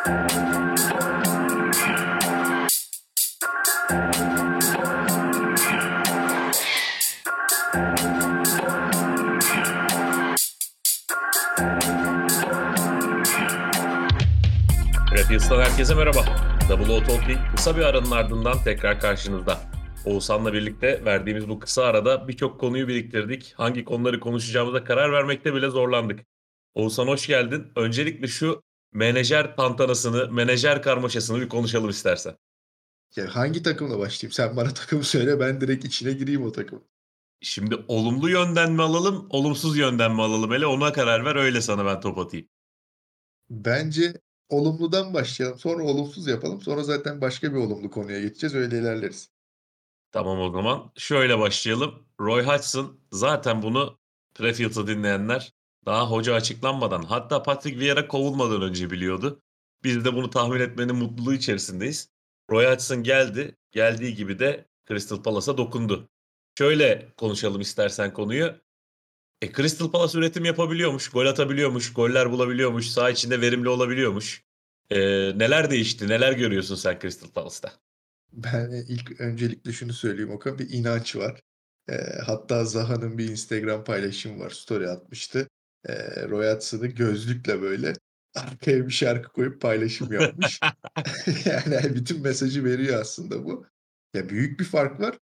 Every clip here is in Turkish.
Reels'tan herkese merhaba. WO Talking kısa bir aranın ardından tekrar karşınızda. Oğuzhan'la birlikte verdiğimiz bu kısa arada birçok konuyu biriktirdik. Hangi konuları konuşacağımıza karar vermekte bile zorlandık. Oğuzhan hoş geldin. Öncelikle şu menajer tantanasını, menajer karmaşasını bir konuşalım istersen. Ya hangi takımla başlayayım? Sen bana takımı söyle, ben direkt içine gireyim o takımın. Şimdi olumlu yönden mi alalım, olumsuz yönden mi alalım, hele ona karar ver, öyle sana ben top atayım. Bence olumludan başlayalım, sonra olumsuz yapalım. Sonra zaten başka bir olumlu konuya geçeceğiz, öyle ilerleriz. Tamam o zaman. Şöyle başlayalım. Roy Hodgson zaten bunu Prefield'ı dinleyenler daha hoca açıklanmadan, hatta Patrick Vieira kovulmadan önce biliyordu. Biz de bunu tahmin etmenin mutluluğu içerisindeyiz. Roy Hodgson geldi. Geldiği gibi de Crystal Palace'a dokundu. Şöyle konuşalım istersen konuyu. Crystal Palace üretim yapabiliyormuş, gol atabiliyormuş, goller bulabiliyormuş, saha içinde verimli olabiliyormuş. Neler değişti, neler görüyorsun sen Crystal Palace'ta? Ben ilk öncelikle şunu söyleyeyim Okan, bir inanç var. Hatta Zaha'nın bir Instagram paylaşımı var, story atmıştı. Roy Hudson'ı gözlükle böyle arkaya bir şarkı koyup paylaşım yapmış. Yani bütün mesajı veriyor aslında bu. Ya büyük bir fark var.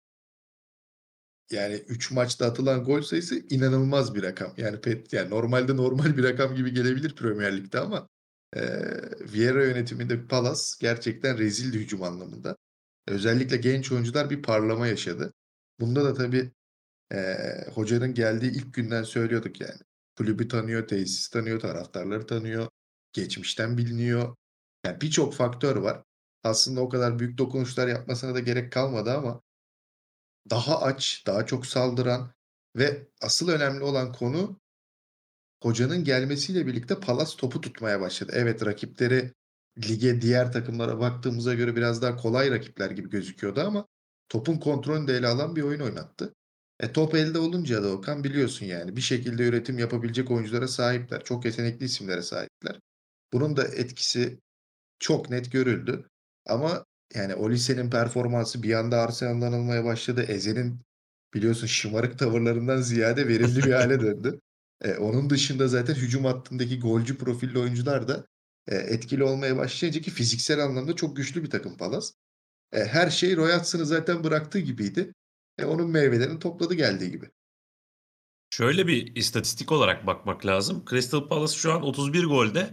Yani 3 maçta atılan gol sayısı inanılmaz bir rakam. Yani normalde normal bir rakam gibi gelebilir Premier Lig'de ama, Vieira yönetiminde Palace gerçekten rezildi hücum anlamında. Özellikle genç oyuncular bir parlama yaşadı. Bunda da tabii, hocanın geldiği ilk günden söylüyorduk yani. Kulübü tanıyor, tesisi tanıyor, taraftarları tanıyor, geçmişten biliniyor. Yani birçok faktör var. Aslında o kadar büyük dokunuşlar yapmasına da gerek kalmadı ama daha aç, daha çok saldıran ve asıl önemli olan konu, hocanın gelmesiyle birlikte Palace topu tutmaya başladı. Evet, rakipleri lige diğer takımlara baktığımıza göre biraz daha kolay rakipler gibi gözüküyordu ama topun kontrolünü de ele alan bir oyun oynattı. Top elde olunca da Okan, biliyorsun yani bir şekilde üretim yapabilecek oyunculara sahipler. Çok yetenekli isimlere sahipler. Bunun da etkisi çok net görüldü ama yani Olise'nin performansı bir anda Arsenal'dan alınmaya başladı. Eze'nin biliyorsun şımarık tavırlarından ziyade verimli bir hâle döndü. Onun dışında zaten hücum hattındaki golcü profilli oyuncular da, etkili olmaya başlayınca ki fiziksel anlamda çok güçlü bir takım Palace. Her şey Roy Hudson'ı zaten bıraktığı gibiydi. Onun meyvelerini topladı geldiği gibi. Şöyle bir istatistik olarak bakmak lazım. Crystal Palace şu an 31 golde.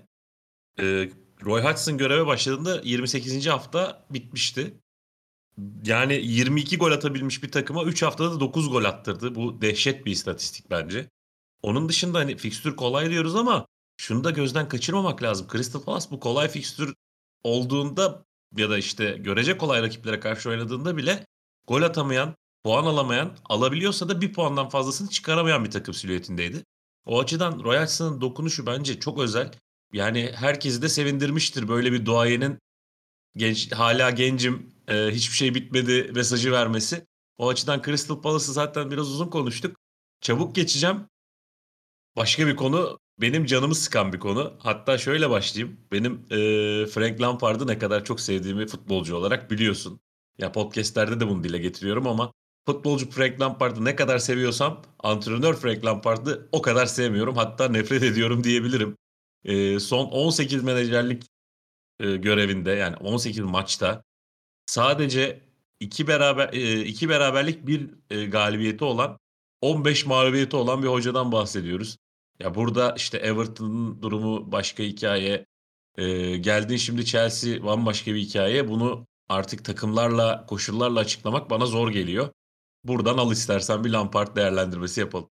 Roy Hodgson göreve başladığında 28. hafta bitmişti. Yani 22 gol atabilmiş bir takıma 3 haftada 9 gol attırdı. Bu dehşet bir istatistik bence. Onun dışında hani fikstür kolay diyoruz ama şunu da gözden kaçırmamak lazım. Crystal Palace bu kolay fikstür olduğunda ya da işte görece kolay rakiplere karşı oynadığında bile gol atamayan, puan alamayan, alabiliyorsa da bir puandan fazlasını çıkaramayan bir takım silüetindeydi. O açıdan Roy Hodgson'ın dokunuşu bence çok özel. Yani herkesi de sevindirmiştir böyle bir duayenin genç, hala gencim, hiçbir şey bitmedi mesajı vermesi. O açıdan Crystal Palace'ı zaten biraz uzun konuştuk. Çabuk geçeceğim. Başka bir konu, benim canımı sıkan bir konu. Hatta şöyle başlayayım. Benim Frank Lampard'ı ne kadar çok sevdiğimi futbolcu olarak biliyorsun. Ya podcast'lerde de bunu dile getiriyorum ama futbolcu Frank Lampard'ı ne kadar seviyorsam antrenör Frank Lampard'ı o kadar sevmiyorum. Hatta nefret ediyorum diyebilirim. Son 18 menajerlik görevinde, yani 18 maçta sadece 2 beraberlik, bir galibiyeti olan, 15 mağlubiyeti olan bir hocadan bahsediyoruz. Ya burada işte Everton'ın durumu başka hikaye. Geldin şimdi Chelsea bambaşka bir hikaye. Bunu artık takımlarla, koşullarla açıklamak bana zor geliyor. Buradan al istersen bir Lampard değerlendirmesi yapalım.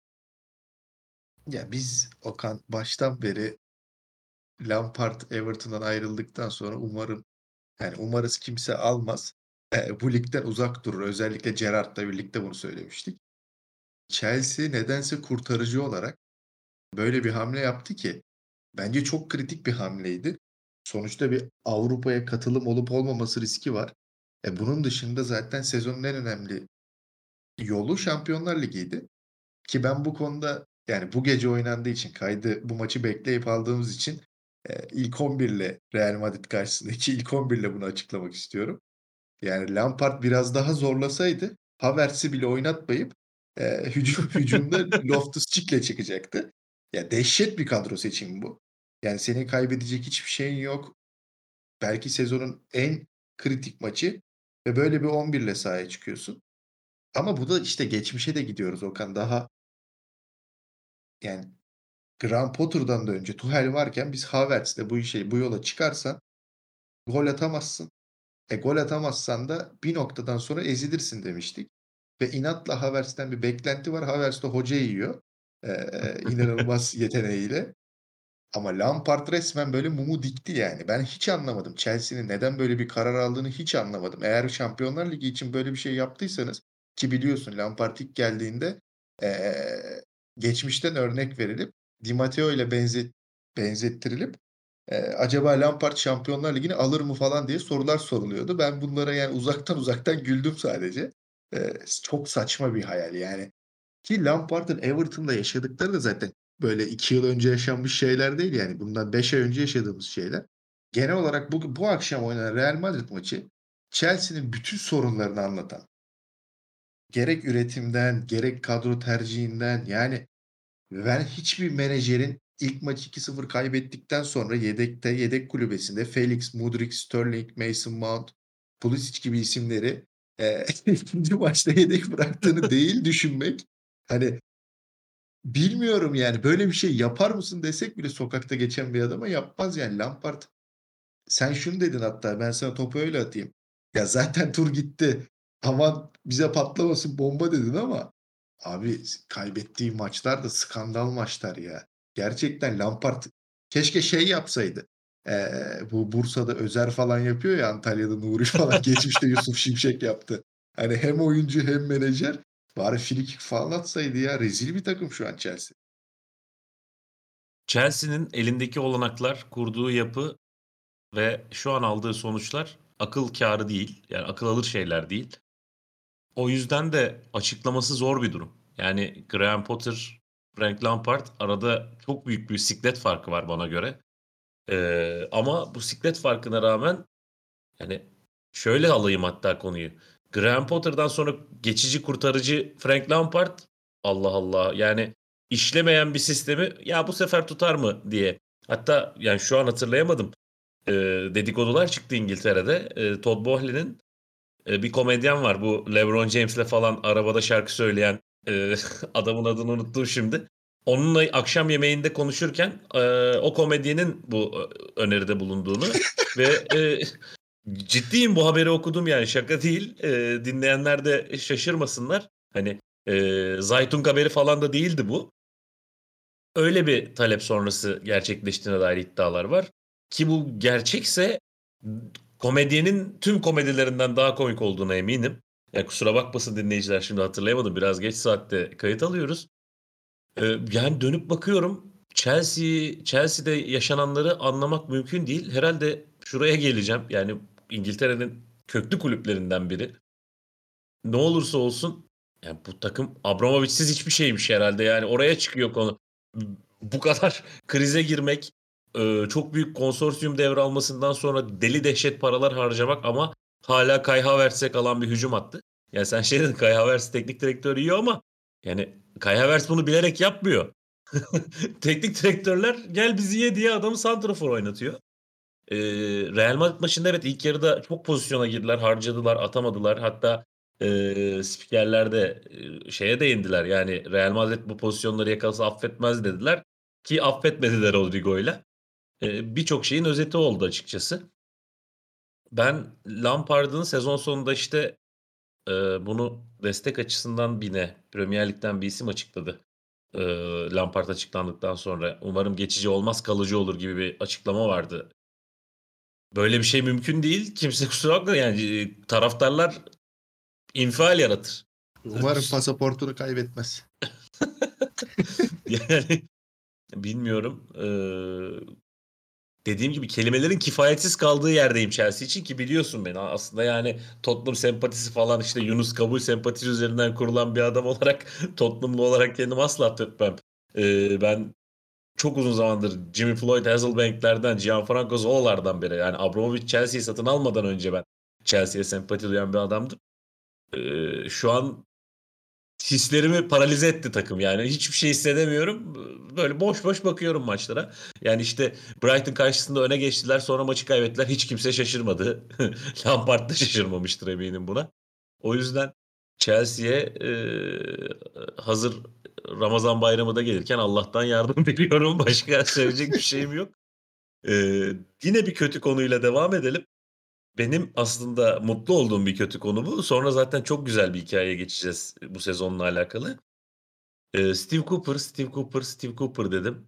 Ya, biz Okan baştan beri Lampard Everton'dan ayrıldıktan sonra umarız kimse almaz. Bu ligden uzak durur. Özellikle Gerrard'la birlikte bunu söylemiştik. Chelsea nedense kurtarıcı olarak böyle bir hamle yaptı ki bence çok kritik bir hamleydi. Sonuçta bir Avrupa'ya katılım olup olmaması riski var. Bunun dışında zaten sezonun en önemli yolu Şampiyonlar Ligi'ydi ki ben bu konuda, yani bu gece oynandığı için, bu maçı bekleyip aldığımız için ilk 11'le Real Madrid karşısındaki ilk 11'le bunu açıklamak istiyorum. Yani Lampard biraz daha zorlasaydı Havertz'i bile oynatmayıp, hücumda Loftus-Cheek'le çıkacaktı. Ya, dehşet bir kadro seçimi bu. Yani senin kaybedecek hiçbir şeyin yok. Belki sezonun en kritik maçı ve böyle bir 11'le sahaya çıkıyorsun. Ama bu da, işte, geçmişe de gidiyoruz Okan. Daha, yani, Graham Potter'dan da önce Tuchel varken biz Havertz'le bu yola çıkarsan gol atamazsın. Gol atamazsan da bir noktadan sonra ezilirsin demiştik ve inatla Havertz'ten bir beklenti var. Havertz de hoca yiyor, inanılmaz yeteneğiyle. Ama Lampard resmen böyle mumu dikti yani. Ben hiç anlamadım. Chelsea'nin neden böyle bir karar aldığını hiç anlamadım. Eğer Şampiyonlar Ligi için böyle bir şey yaptıysanız ki biliyorsun Lampard ilk geldiğinde, eee, geçmişten örnek verilip Di Matteo ile benzettirilip, acaba Lampard Şampiyonlar Ligi'ni alır mı falan diye sorular soruluyordu. Ben bunlara yani uzaktan güldüm sadece. Çok saçma bir hayal yani. Ki Lampard'ın Everton'da yaşadıkları da zaten böyle 2 yıl önce yaşanmış şeyler değil yani. Bundan 5 ay önce yaşadığımız şeyler. Genel olarak bu akşam oynanan Real Madrid maçı Chelsea'nin bütün sorunlarını anlatan. Gerek üretimden, gerek kadro tercihinden yani ben hiçbir menajerin ilk maçı 2-0 kaybettikten sonra yedek kulübesinde Felix, Mudryk, Sterling, Mason Mount, Pulisic gibi isimleri, 2'nci maçta yedek bıraktığını değil düşünmek, hani, bilmiyorum yani böyle bir şey yapar mısın desek bile sokakta geçen bir adama yapmaz yani. Lampard sen şunu dedin hatta ben sana topu öyle atayım. Ya zaten tur gitti. Aman bize patlamasın bomba dedin ama abi kaybettiği maçlar da skandal maçlar ya. Gerçekten Lampard keşke şey yapsaydı. Bu Bursa'da Özer falan yapıyor ya Antalya'da Nuri falan geçmişte Yusuf Şimşek yaptı. Hani hem oyuncu hem menajer bari frikik falan atsaydı ya. Rezil bir takım şu an Chelsea. Chelsea'nin elindeki olanaklar, kurduğu yapı ve şu an aldığı sonuçlar akıl kârı değil. Yani akıl alır şeyler değil. O yüzden de açıklaması zor bir durum. Yani Graham Potter, Frank Lampard arada çok büyük bir siklet farkı var bana göre. Ama bu siklet farkına rağmen yani şöyle alayım hatta konuyu. Graham Potter'dan sonra geçici kurtarıcı Frank Lampard Allah Allah yani işlemeyen bir sistemi ya bu sefer tutar mı diye. Hatta yani şu an hatırlayamadım. Dedikodular çıktı İngiltere'de. Todd Boehly'nin bir komedyen var bu LeBron James'le falan arabada şarkı söyleyen adamın adını unuttum şimdi. Onunla akşam yemeğinde konuşurken o komedyenin bu öneride bulunduğunu ve ciddiyim bu haberi okudum yani şaka değil. Dinleyenler de şaşırmasınlar. Hani Zaytun haberi falan da değildi bu. Öyle bir talep sonrası gerçekleştiğine dair iddialar var. Ki bu gerçekse komedyenin tüm komedilerinden daha komik olduğuna eminim. Ya kusura bakmasın dinleyiciler şimdi hatırlayamadım. Biraz geç saatte kayıt alıyoruz. Yani dönüp bakıyorum Chelsea'de yaşananları anlamak mümkün değil. Herhalde şuraya geleceğim. Yani İngiltere'nin köklü kulüplerinden biri. Ne olursa olsun yani bu takım Abramovich'siz hiçbir şeymiş herhalde. Yani oraya çıkıyor konu. Bu kadar krize girmek, çok büyük konsorsiyum devralmasından sonra deli dehşet paralar harcamak ama hala Kai Havertz'e kalan bir hücum hattı. Yani sen şey dedin Kai Havertz teknik direktör iyi ama yani Kai Havertz bunu bilerek yapmıyor. Teknik direktörler gel bizi ye diye adamı santrafor oynatıyor. Real Madrid maçında evet ilk yarıda çok pozisyona girdiler, harcadılar, atamadılar. Hatta spikerler de şeye değindiler. Yani Real Madrid bu pozisyonları yakalasa affetmez dediler ki affetmediler Rodrigo'yla. Birçok şeyin özeti oldu açıkçası. Ben Lampard'ın sezon sonunda işte bunu destek açısından Bine Premier Lig'den bir isim açıkladı. Lampard açıklandıktan sonra umarım geçici olmaz kalıcı olur gibi bir açıklama vardı. Böyle bir şey mümkün değil. Kimse kusura bakmasın yani taraftarlar infial yaratır. Umarım pasaportunu kaybetmez. Yani bilmiyorum. Dediğim gibi kelimelerin kifayetsiz kaldığı yerdeyim Chelsea için ki biliyorsun beni. Aslında yani Tottenham sempatisi falan işte Yunus Kabul sempatisi üzerinden kurulan bir adam olarak Tottenhamlı olarak kendimi asla affetmem. Ben çok uzun zamandır Jimmy Floyd Hasselbank'lerden, Gianfranco Zolla'lardan beri, yani Abramovich Chelsea'yi satın almadan önce ben Chelsea'ye sempati duyan bir adamdım. Şu an hislerimi paralize etti takım, yani hiçbir şey hissedemiyorum. Böyle boş boş bakıyorum maçlara. Yani işte Brighton karşısında öne geçtiler, sonra maçı kaybettiler. Hiç kimse şaşırmadı. Lampard da şaşırmamıştır eminim buna. O yüzden Chelsea'ye hazır Ramazan bayramı da gelirken Allah'tan yardım diliyorum. Başka söyleyecek bir şeyim yok. E, Yine bir kötü konuyla devam edelim. Benim aslında mutlu olduğum bir kötü konu bu. Sonra zaten çok güzel bir hikâyeye geçeceğiz bu sezonla alakalı. Steve Cooper, Steve Cooper, Steve Cooper dedim.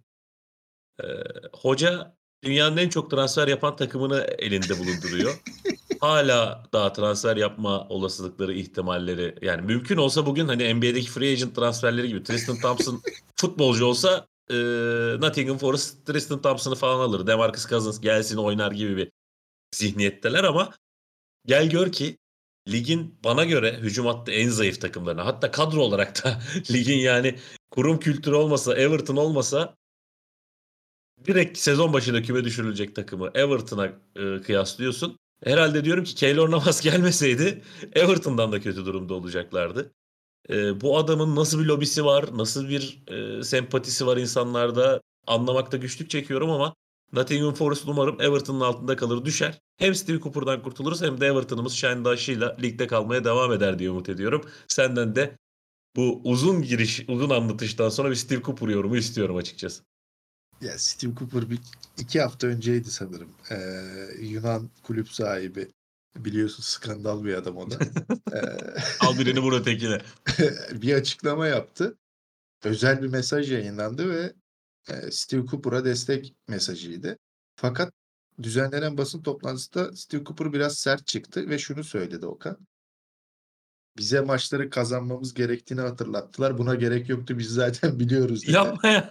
Hoca dünyanın en çok transfer yapan takımını elinde bulunduruyor. Hâlâ daha transfer yapma olasılıkları, ihtimalleri, yani mümkün olsa bugün hani NBA'deki free agent transferleri gibi Tristan Thompson futbolcu olsa Nottingham Forest Tristan Thompson'ı falan alır. DeMarcus Cousins gelsin oynar gibi bir zihniyetteler ama gel gör ki ligin bana göre hücum hattı en zayıf takımlarına, hatta kadro olarak da ligin, yani kurum kültürü olmasa, Everton olmasa direkt sezon başında küme düşürülecek takımı Everton'a kıyaslıyorsun. Herhalde diyorum ki Keylor Navas gelmeseydi Everton'dan da kötü durumda olacaklardı. Bu adamın nasıl bir lobisi var, nasıl bir sempatisi var insanlarda, anlamakta güçlük çekiyorum ama Nottingham Forest umarım Everton'un altında kalır, düşer. Hem Steve Cooper'dan kurtuluruz hem de Everton'ımız Shine Dash'ıyla ligde kalmaya devam eder diye umut ediyorum. Senden de bu uzun giriş, uzun anlatıştan sonra bir Steve Cooper yorumu istiyorum açıkçası. Ya Steve Cooper 2 hafta önceydi sanırım. Yunan kulüp sahibi. Biliyorsun skandal bir adam o da. Al birini vur ötekine. Bir açıklama yaptı. Özel bir mesaj yayınlandı ve Steve Cooper'a destek mesajıydı. Fakat düzenlenen basın toplantısında Steve Cooper biraz sert çıktı ve şunu söyledi Okan. Bize maçları kazanmamız gerektiğini hatırlattılar. Buna gerek yoktu. Biz zaten biliyoruz dedi. Yapma ya.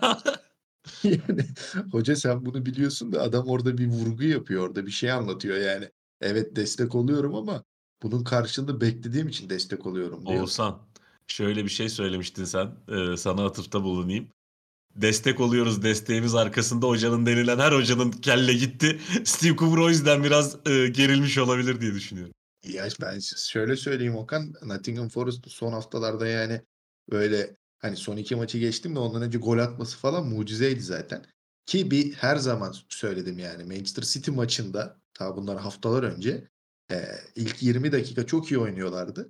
Yani hoca sen bunu biliyorsun da adam orada bir vurgu yapıyor. Orada bir şey anlatıyor yani. Evet destek oluyorum ama bunun karşılığını beklediğim için destek oluyorum diyor. Oğuzhan, şöyle bir şey söylemiştin sen. Sana atıfta bulunayım. Destek oluyoruz, desteğimiz arkasında hocanın denilen her hocanın kelle gitti. Steve Cooper o yüzden biraz gerilmiş olabilir diye düşünüyorum. Ya ben şöyle söyleyeyim Okan. Nottingham Forest son haftalarda yani böyle hani son 2 maçı geçtim de ondan önce gol atması falan mucizeydi zaten. Ki bir her zaman söyledim yani Manchester City maçında ta bunlar haftalar önce ilk 20 dakika çok iyi oynuyorlardı.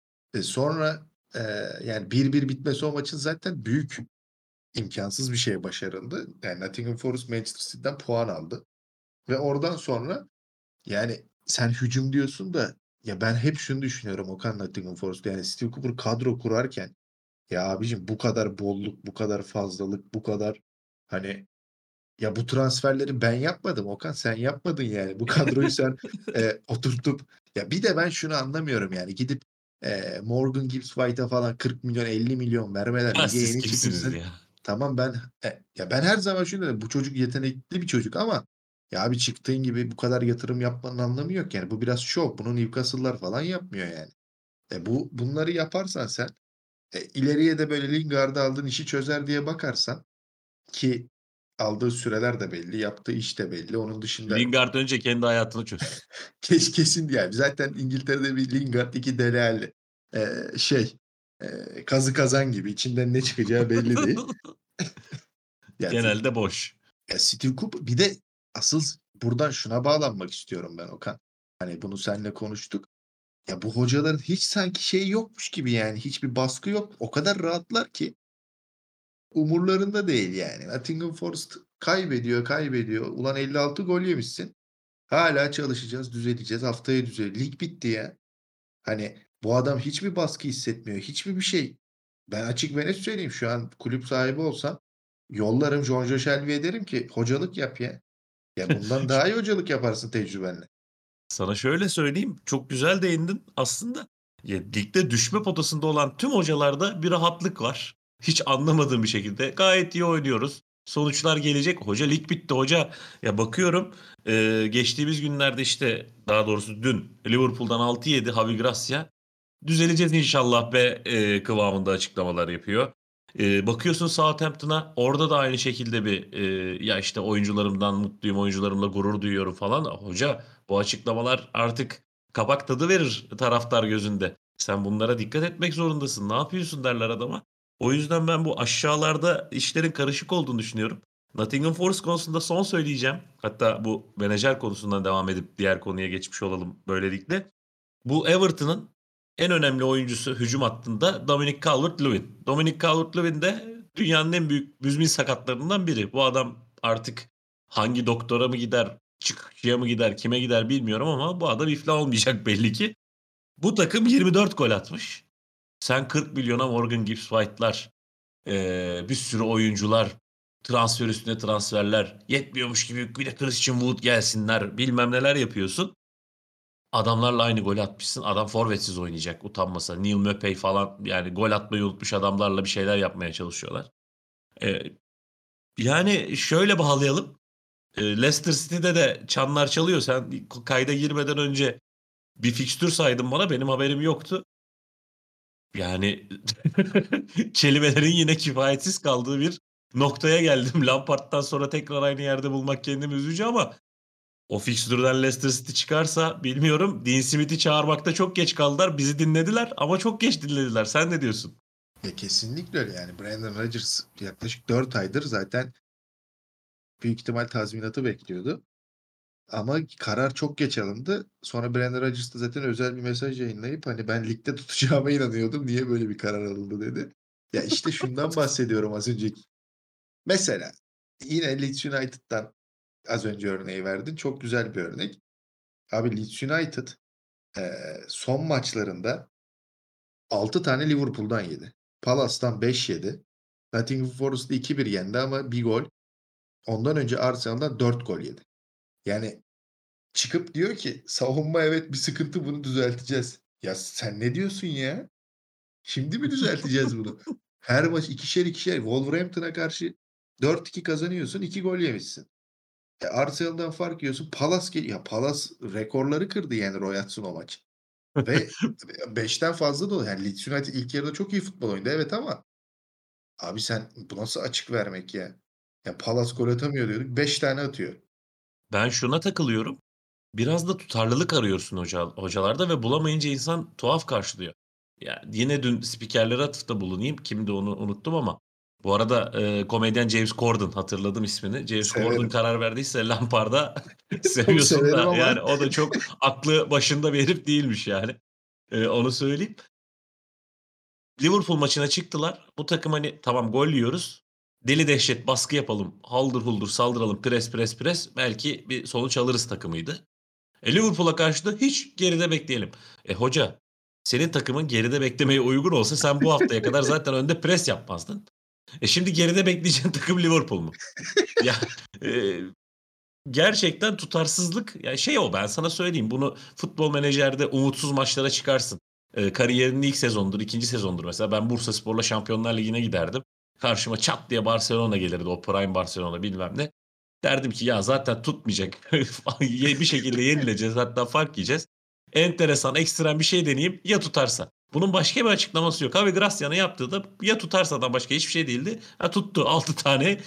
Sonra yani 1-1 bitmesi o maçın zaten büyük imkansız bir şey başarıldı. Yani Nottingham Forest Manchester City'den puan aldı. Ve oradan sonra yani sen hücum diyorsun da ya ben hep şunu düşünüyorum Okan Nottingham Forest. Yani Steve Cooper kadro kurarken ya abicim bu kadar bolluk, bu kadar fazlalık, bu kadar hani ya bu transferleri ben yapmadım Okan sen yapmadın yani. Bu kadroyu sen oturtup ya bir de ben şunu anlamıyorum yani gidip Morgan Gibbs White'a falan 40 milyon 50 milyon vermeler Ya lige siz yeni kimsiniz çıkmışsın. ya? Tamam ben ya ben her zaman şunu dedim bu çocuk yetenekli bir çocuk ama ya abi çıktığın gibi bu kadar yatırım yapmanın anlamı yok yani. Bu biraz şov. Bunu Newcastle'lar falan yapmıyor yani. Bunları yaparsan sen ileriye de böyle Lingard'ı aldın işi çözer diye bakarsan ki aldığı süreler de belli, yaptığı iş de belli. Onun dışında Lingard önce kendi hayatını çözsün. kesin yani. Zaten İngiltere'de bir Lingard, 2 Dele Alli. Şey, kazı kazan gibi. İçinden ne çıkacağı belli değil. Ya, Genelde boş. Steve Cooper bir de asıl buradan şuna bağlanmak istiyorum ben Okan. Hani bunu seninle konuştuk. Ya bu hocaların hiç sanki şey yokmuş gibi yani. Hiçbir baskı yok. O kadar rahatlar ki umurlarında değil yani. Nottingham Forest kaybediyor, kaybediyor. Ulan 56 gol yemişsin. Hala çalışacağız, düzeleceğiz. Haftaya lig bitti ya. Hani bu adam hiçbir baskı hissetmiyor. Hiçbir bir şey. Ben açık ve net söyleyeyim. Şu an kulüp sahibi olsam yollarım Jonjo Shelby'ye derim ki hocalık yap ya. Ya bundan daha iyi hocalık yaparsın tecrübenle. Sana şöyle söyleyeyim, çok güzel değindin. Aslında ya, ligde düşme potasında olan tüm hocalarda bir rahatlık var. Hiç anlamadığım bir şekilde gayet iyi oynuyoruz. Sonuçlar gelecek. Hoca lig bitti hoca. Ya bakıyorum geçtiğimiz günlerde, işte daha doğrusu dün Liverpool'dan 6 yedi Javi Gracia. Düzeleceğiz inşallah be kıvamında açıklamalar yapıyor. Bakıyorsun Southampton'a, orada da aynı şekilde bir ya işte oyuncularımdan mutluyum, oyuncularımla gurur duyuyorum falan. Hoca, bu açıklamalar artık kabak tadı verir taraftar gözünde. Sen bunlara dikkat etmek zorundasın. Ne yapıyorsun derler adama. O yüzden ben bu aşağılarda işlerin karışık olduğunu düşünüyorum. Nottingham Forest konusunda son söyleyeceğim. Hatta bu menajer konusundan devam edip diğer konuya geçmiş olalım böylelikle. Bu Everton'ın en önemli oyuncusu hücum hattında Dominic Calvert-Lewin. Dominic Calvert-Lewin de dünyanın en büyük müzmin sakatlarından biri. Bu adam artık hangi doktora mı gider, çıkışçıya mı gider, kime gider bilmiyorum ama bu adam iflah olmayacak belli ki. Bu takım 24 gol atmış. Sen 40 milyona Morgan Gibbs White'lar, bir sürü oyuncular, transfer üstüne transferler, yetmiyormuş gibi bir de Christian Wood gelsinler, bilmem neler yapıyorsun. Adamlarla aynı golü atmışsın. Adam forvetsiz oynayacak utanmasa. Neil Maupay falan, yani gol atmayı unutmuş adamlarla bir şeyler yapmaya çalışıyorlar. Ee, Yani şöyle bağlayalım. Leicester City'de de çanlar çalıyor. Sen kayda girmeden önce bir fikstür saydın bana. Benim haberim yoktu. Yani kelimelerin yine kifayetsiz kaldığı bir noktaya geldim. Lampard'dan sonra tekrar aynı yerde bulmak kendimi üzücü ama o fikstürden Leicester City çıkarsa bilmiyorum. Dean Smith'i çağırmakta çok geç kaldılar. Bizi dinlediler ama çok geç dinlediler. Sen ne diyorsun? Kesinlikle öyle yani. Brandon Rodgers yaklaşık 4 aydır zaten büyük ihtimal tazminatı bekliyordu. Ama karar çok geç alındı. Sonra Brandon Rodgers da zaten özel bir mesaj yayınlayıp hani ben ligde tutacağıma inanıyordum. Niye böyle bir karar alındı dedi. Ya işte şundan bahsediyorum az önceki. Mesela yine Leeds United'dan az önce örneği verdin. Çok güzel bir örnek. Abi Leeds United son maçlarında 6 tane Liverpool'dan yedi. Palace'tan 5 yedi. Nottingham Forest'ı 2-1 yendi ama bir gol. Ondan önce Arsenal'dan 4 gol yedi. Yani çıkıp diyor ki savunma evet bir sıkıntı, bunu düzelteceğiz. Ya sen ne diyorsun ya? Şimdi mi düzelteceğiz bunu? Her maç ikişer ikişer. Wolverhampton'a karşı 4-2 kazanıyorsun, 2 gol yemişsin. Arsenal'dan fark yiyorsun. Palace geliyor. Ya Palace rekorları kırdı yani Roy Hodgson o maç. Ve 5'ten fazla da yani Leeds United ilk yarıda çok iyi futbol oynadı evet ama abi sen bu nasıl açık vermek ya? Ya Palace gol atamıyor diyorduk. 5 tane atıyor. Ben şuna takılıyorum. Biraz da tutarlılık arıyorsun hocalarda ve bulamayınca insan tuhaf karşılıyor. Ya yine dün spikerlere atıfta bulunayım. Kimdi onu unuttum ama. Bu arada komedyen James Corden, hatırladım ismini. James Corden Severim. karar verdiyse Lampard'a Çok seviyorsun severim da ama yani o da çok aklı başında bir herif değilmiş yani. Onu söyleyeyim. Liverpool maçına çıktılar. Bu takım hani tamam gol yiyoruz. Deli dehşet baskı yapalım. Haldır huldur saldıralım. Pres pres pres. Belki bir sonuç alırız takımıydı. Liverpool'a karşı da hiç geride bekleyelim. Hoca, senin takımın geride beklemeye uygun olsa sen bu haftaya kadar zaten önde pres yapmazdın. Şimdi geride bekleyeceğin takım Liverpool mu? Ya e, gerçekten tutarsızlık. Ya şey, o ben sana söyleyeyim. Bunu Futbol Menajer'de umutsuz maçlara çıkarsın. Kariyerinin ilk sezondur, ikinci sezondur. Mesela ben Bursaspor'la Şampiyonlar Ligi'ne giderdim. Karşıma çat diye Barcelona gelirdi. O Prime Barcelona bilmem ne. Derdim ki ya zaten tutmayacak. Bir şekilde yenileceğiz. Hatta fark yiyeceğiz. Enteresan, ekstrem bir şey deneyeyim. Ya tutarsa. Bunun başka bir açıklaması yok. Abi Gracia'nın yaptığı da ya tutarsadan başka hiçbir şey değildi. Ha tuttu. 6 tane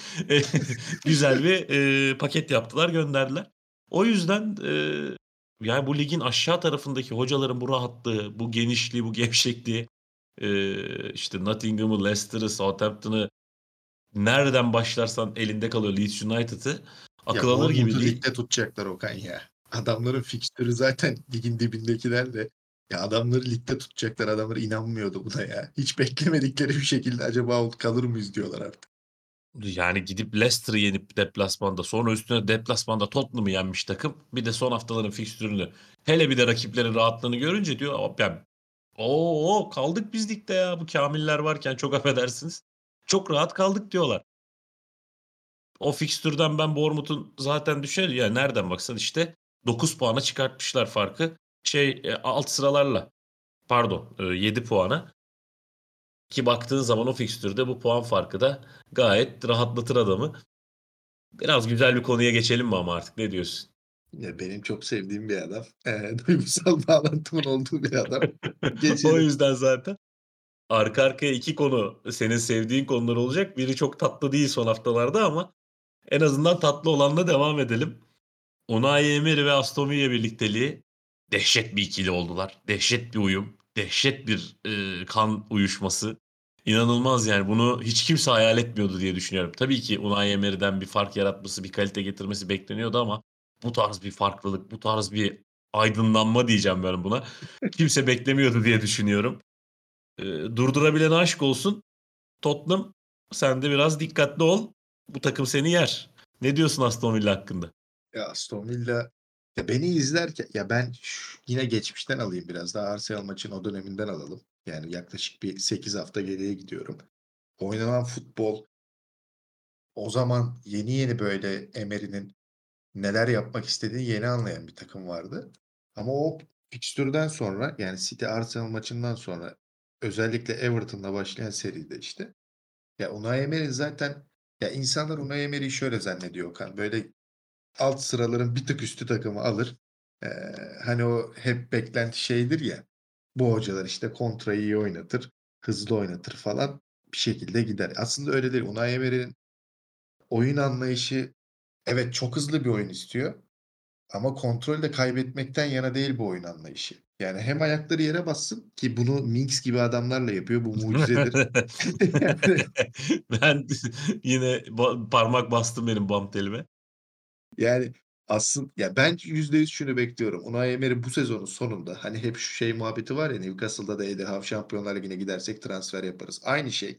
güzel bir paket yaptılar, gönderdiler. O yüzden yani bu ligin aşağı tarafındaki hocaların bu rahatlığı, bu genişliği, bu gevşekliği, işte Nottingham'ı, Leicester'ı, Southampton'ı, nereden başlarsan elinde kalıyor, Leeds United'ı. ya Akıl alır gibi Bournemouth'u değil. ligde tutacaklar Okan ya. Adamların fikstürü zaten ligin dibindekiler de. Ya adamları ligde tutacaklar. Adamlar inanmıyordu buna ya. Hiç beklemedikleri bir şekilde acaba kalır mıyız diyorlar artık. Yani gidip Leicester'ı yenip deplasmanda, sonra üstüne deplasmanda Tottenham'ı yenmiş takım. Bir de son haftaların fikstürünü, hele bir de rakiplerin rahatlığını görünce diyor hop ya, o kaldık biz ligde ya, bu kamiller varken, çok affedersiniz. Çok rahat kaldık diyorlar. O fikstürden ben Bournemouth'un zaten düşer ya, nereden baksan işte 9 puana çıkartmışlar farkı. Alt sıralarla, pardon, 7 puana. Ki baktığın zaman o fikstürde bu puan farkı da gayet rahatlatır adamı. Biraz güzel bir konuya geçelim mi ama artık, ne diyorsun? Ya benim çok sevdiğim bir adam. Duygusal bağlantımın olduğu bir adam. O Geçelim. yüzden zaten. arka arkaya 2 konu senin sevdiğin konular olacak. Biri çok tatlı değil son haftalarda ama en azından tatlı olanla devam edelim. Unai Emery ve Aston Villa birlikteliği dehşet bir ikili oldular. Dehşet bir uyum, dehşet bir, kan uyuşması. İnanılmaz yani bunu hiç kimse hayal etmiyordu diye düşünüyorum. Tabii ki Unai Emery'den bir fark yaratması, bir kalite getirmesi bekleniyordu ama bu tarz bir farklılık, bu tarz bir aydınlanma diyeceğim ben buna. Kimse beklemiyordu diye düşünüyorum. Durdurabilene aşk olsun. Tottenham sen de biraz dikkatli ol. Bu takım seni yer. Ne diyorsun Aston Villa hakkında? Ya Aston Villa ya beni izlerken ya ben yine geçmişten alayım biraz daha Arsenal maçın o döneminden alalım. Yani yaklaşık bir 8 hafta geriye gidiyorum. Oynanan futbol o zaman yeni yeni böyle Emery'nin neler yapmak istediğini yeni anlayan bir takım vardı. Ama o fikstürden sonra yani City Arsenal maçından sonra özellikle Everton'la başlayan seride işte ya Unai Emery zaten ya insanlar Unai Emery'yi şöyle zannediyor Okan. Böyle alt sıraların bir tık üstü takımı alır. Hani o hep beklenti şeydir ya. Bu hocalar işte kontrayı iyi oynatır, hızlı oynatır falan bir şekilde gider. Aslında öyle değil. Unai Emery'nin oyun anlayışı evet çok hızlı bir oyun istiyor ama kontrolü de kaybetmekten yana değil bu oyun anlayışı. Yani hem ayakları yere bassın ki bunu Minks gibi adamlarla yapıyor. Bu mucizedir. Yani Ben yine parmak bastım benim bam telime. Yani, ya, ben %100 şunu bekliyorum. Unai Emery bu sezonun sonunda, hani, hep şu şey muhabbeti var ya, Newcastle'da da Eddie Howe Şampiyonlar Ligi'ne gidersek transfer yaparız. Aynı şey.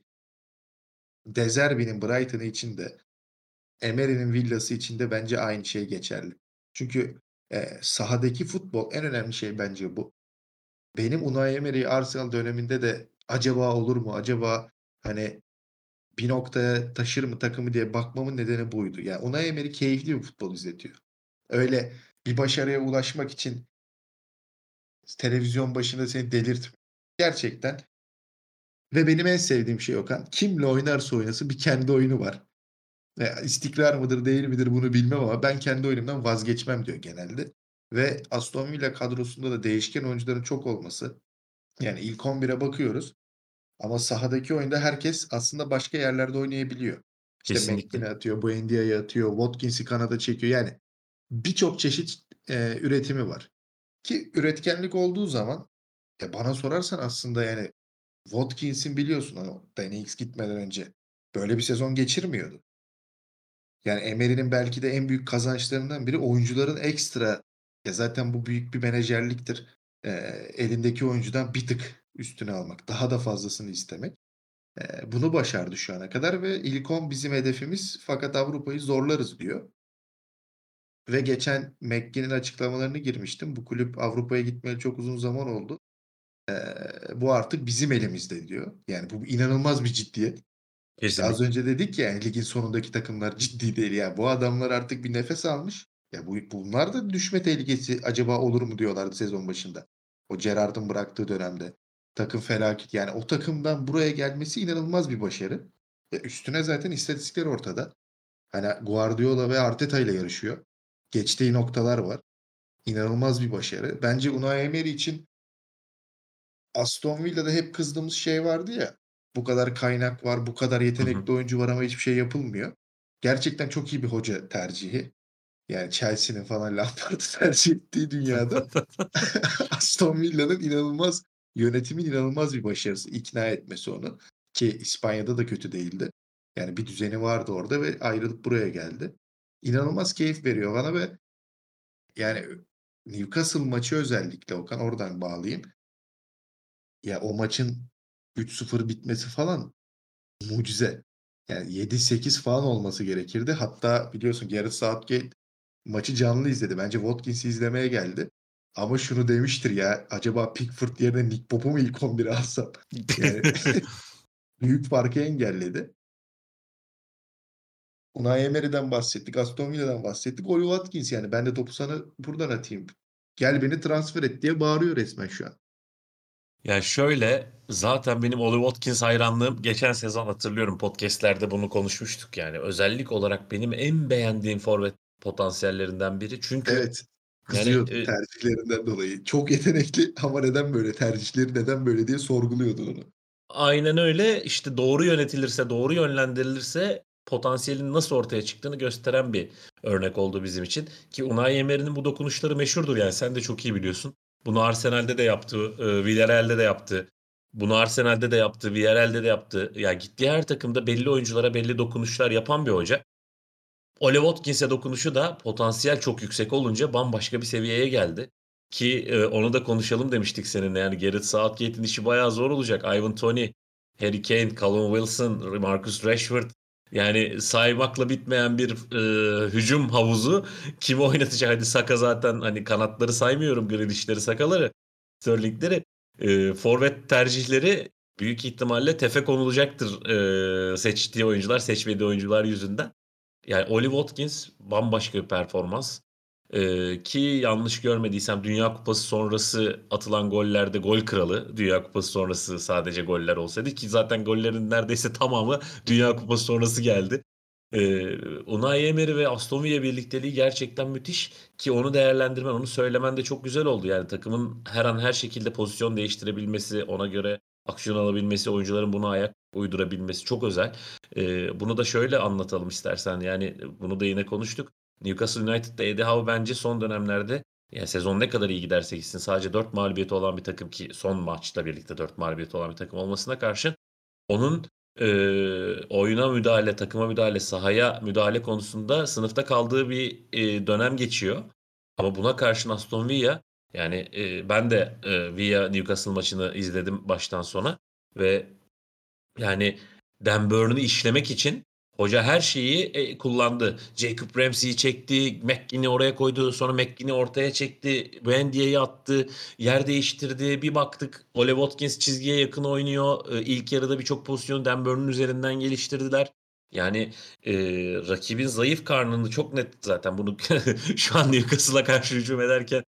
De Zerbi'nin Brighton'ı için de Emery'nin Villa'sı için de bence aynı şey geçerli. Çünkü, sahadaki futbol en önemli şey bence bu. Benim Unai Emery'i Arsenal döneminde de acaba olur mu, acaba, hani, bir noktaya taşır mı takımı diye bakmamın nedeni buydu. Yani Unai Emery keyifli bir futbol izletiyor. Öyle bir başarıya ulaşmak için televizyon başında seni delirtmiyor. Gerçekten ve benim en sevdiğim şey Okan, kimle oynarsa oynasın bir kendi oyunu var. İstikrar mıdır değil midir bunu bilmem ama ben kendi oyunumdan vazgeçmem diyor genelde. Ve Aston Villa kadrosunda da değişken oyuncuların çok olması, yani ilk 11'e bakıyoruz ama sahadaki oyunda herkes aslında başka yerlerde oynayabiliyor. İşte Kesinlikle. McGinn atıyor, Buendia'yı atıyor, Watkins'i kanada çekiyor. Yani birçok çeşit, üretimi var. Ki üretkenlik olduğu zaman, bana sorarsan aslında yani Watkins'in biliyorsun hani Danny Ings gitmeden önce böyle bir sezon geçirmiyordu. Yani Emery'nin belki de en büyük kazançlarından biri oyuncuların ekstra zaten bu büyük bir menajerliktir. Elindeki oyuncudan bir tık üstüne almak, daha da fazlasını istemek. Bunu başardı şu ana kadar ve ilk 10 bizim hedefimiz fakat Avrupa'yı zorlarız diyor. Ve geçen McGinn'in açıklamalarını girmiştim. Bu kulüp Avrupa'ya gitmeli çok uzun zaman oldu. Bu artık bizim elimizde diyor. Yani bu inanılmaz bir ciddiyet. İşte az Kesinlikle. önce dedik ya, yani ligin sonundaki takımlar ciddi değil. Yani bu adamlar artık bir nefes almış. Ya bunlar da düşme tehlikesi acaba olur mu diyorlardı sezon başında. O Gerrard'ın bıraktığı dönemde. Takım felaket. Yani o takımdan buraya gelmesi inanılmaz bir başarı. Üstüne zaten istatistikler ortada. Hani Guardiola ve Arteta ile yarışıyor. Geçtiği noktalar var. İnanılmaz bir başarı. Bence Unai Emery için Aston Villa'da hep kızdığımız şey vardı ya, bu kadar kaynak var, bu kadar Hı hı. yetenekli oyuncu var ama hiçbir şey yapılmıyor. Gerçekten çok iyi bir hoca tercihi. Yani Chelsea'nin falan Lampard'ı tercih ettiği dünyada Aston Villa'nın yönetimin inanılmaz bir başarısı. İkna etmesi onu ki İspanya'da da kötü değildi. Yani bir düzeni vardı orada ve ayrılıp buraya geldi. İnanılmaz keyif veriyor bana ve yani Newcastle maçı özellikle Okan oradan bağlayayım. Ya, o maçın 3-0 bitmesi falan mucize. Yani 7-8 falan olması gerekirdi. Hatta biliyorsun Gareth Southgate maçı canlı izledi. Bence Watkins'i izlemeye geldi. Ama şunu demiştir ya, acaba Pickford yerine Nick Pope'u mu ilk 11'e alsam? Yani büyük farkı engelledi. Unai Emery'den bahsettik, Aston Villa'dan bahsettik. Oli Watkins yani ben de topu sana buradan atayım. Gel beni transfer et diye bağırıyor resmen şu an. Ya şöyle, zaten benim Oli Watkins hayranlığım geçen sezon hatırlıyorum podcast'lerde bunu konuşmuştuk yani. Özellik olarak benim en beğendiğim forvet potansiyellerinden biri. Çünkü Evet, yani kızıyordun tercihlerinden dolayı. Çok yetenekli ama neden böyle tercihleri neden böyle diye sorguluyordun onu. Aynen öyle. İşte doğru yönetilirse, doğru yönlendirilirse potansiyelin nasıl ortaya çıktığını gösteren bir örnek oldu bizim için. Ki Unai Emery'nin bu dokunuşları meşhurdur, yani sen de çok iyi biliyorsun. Bunu Arsenal'de de yaptı, Villarreal'de de yaptı. Bunu Arsenal'de de yaptı, Villarreal'de de yaptı. Yani gittiği her takımda belli oyunculara belli dokunuşlar yapan bir hoca. Ole Watkins'e dokunuşu da potansiyel çok yüksek olunca bambaşka bir seviyeye geldi. Ki onu da konuşalım demiştik seninle. Yani Gareth Southgate'in işi bayağı zor olacak. Ivan Toney, Harry Kane, Callum Wilson, Marcus Rashford. Yani saymakla bitmeyen bir hücum havuzu. Kimi oynatacak? Hadi Saka zaten, hani kanatları saymıyorum. Grealish'leri, Saka'ları, Sterling'leri. Forvet tercihleri büyük ihtimalle tefe konulacaktır seçtiği oyuncular, seçmediği oyuncular yüzünden. Yani Oli Watkins bambaşka bir performans. Ki yanlış görmediysem Dünya Kupası sonrası atılan gollerde gol kralı. Dünya Kupası sonrası sadece goller olsaydı, ki zaten gollerin neredeyse tamamı Dünya Kupası sonrası geldi. Unai Emery ve Aston Villa birlikteliği gerçekten müthiş, ki onu değerlendirmen, onu söylemen de çok güzel oldu. Yani takımın her an her şekilde pozisyon değiştirebilmesi, ona göre aksiyon alabilmesi, oyuncuların buna ayak uydurabilmesi çok özel. Bunu da şöyle anlatalım istersen. Yani bunu da yine konuştuk. Newcastle United'da Eddie Howe bence son dönemlerde, yani sezon ne kadar iyi giderse gitsin, sadece 4 mağlubiyeti olan bir takım, ki son maçla birlikte 4 mağlubiyeti olan bir takım olmasına karşın onun oyuna müdahale, takıma müdahale, sahaya müdahale konusunda sınıfta kaldığı bir dönem geçiyor. Ama buna karşın Aston Villa, yani ben de Villa Newcastle maçını izledim baştan sona ve yani Dan Burn'u işlemek için hoca her şeyi kullandı. Jacob Ramsey'i çekti, McGinn'i oraya koydu, sonra McGinn'i ortaya çekti, Buendia'yı attı, yer değiştirdi. Bir baktık Ole Watkins çizgiye yakın oynuyor. İlk yarıda birçok pozisyonu Dan Burn'un üzerinden geliştirdiler. Yani rakibin zayıf karnını çok net, zaten bunu şu an Newcastle'a karşı hücum ederken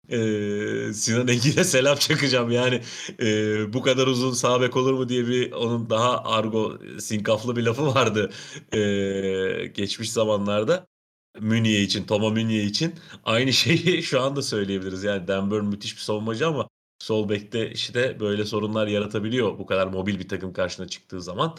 Sinan Engin'e selam çakacağım. Yani bu kadar uzun sağ bek olur mu diye bir, onun daha argo, sinkaflı bir lafı vardı geçmiş zamanlarda. Meunier için, Thomas Meunier için. Aynı şeyi şu anda söyleyebiliriz. Yani Dan Burn müthiş bir savunmacı ama sol bekte işte böyle sorunlar yaratabiliyor bu kadar mobil bir takım karşına çıktığı zaman.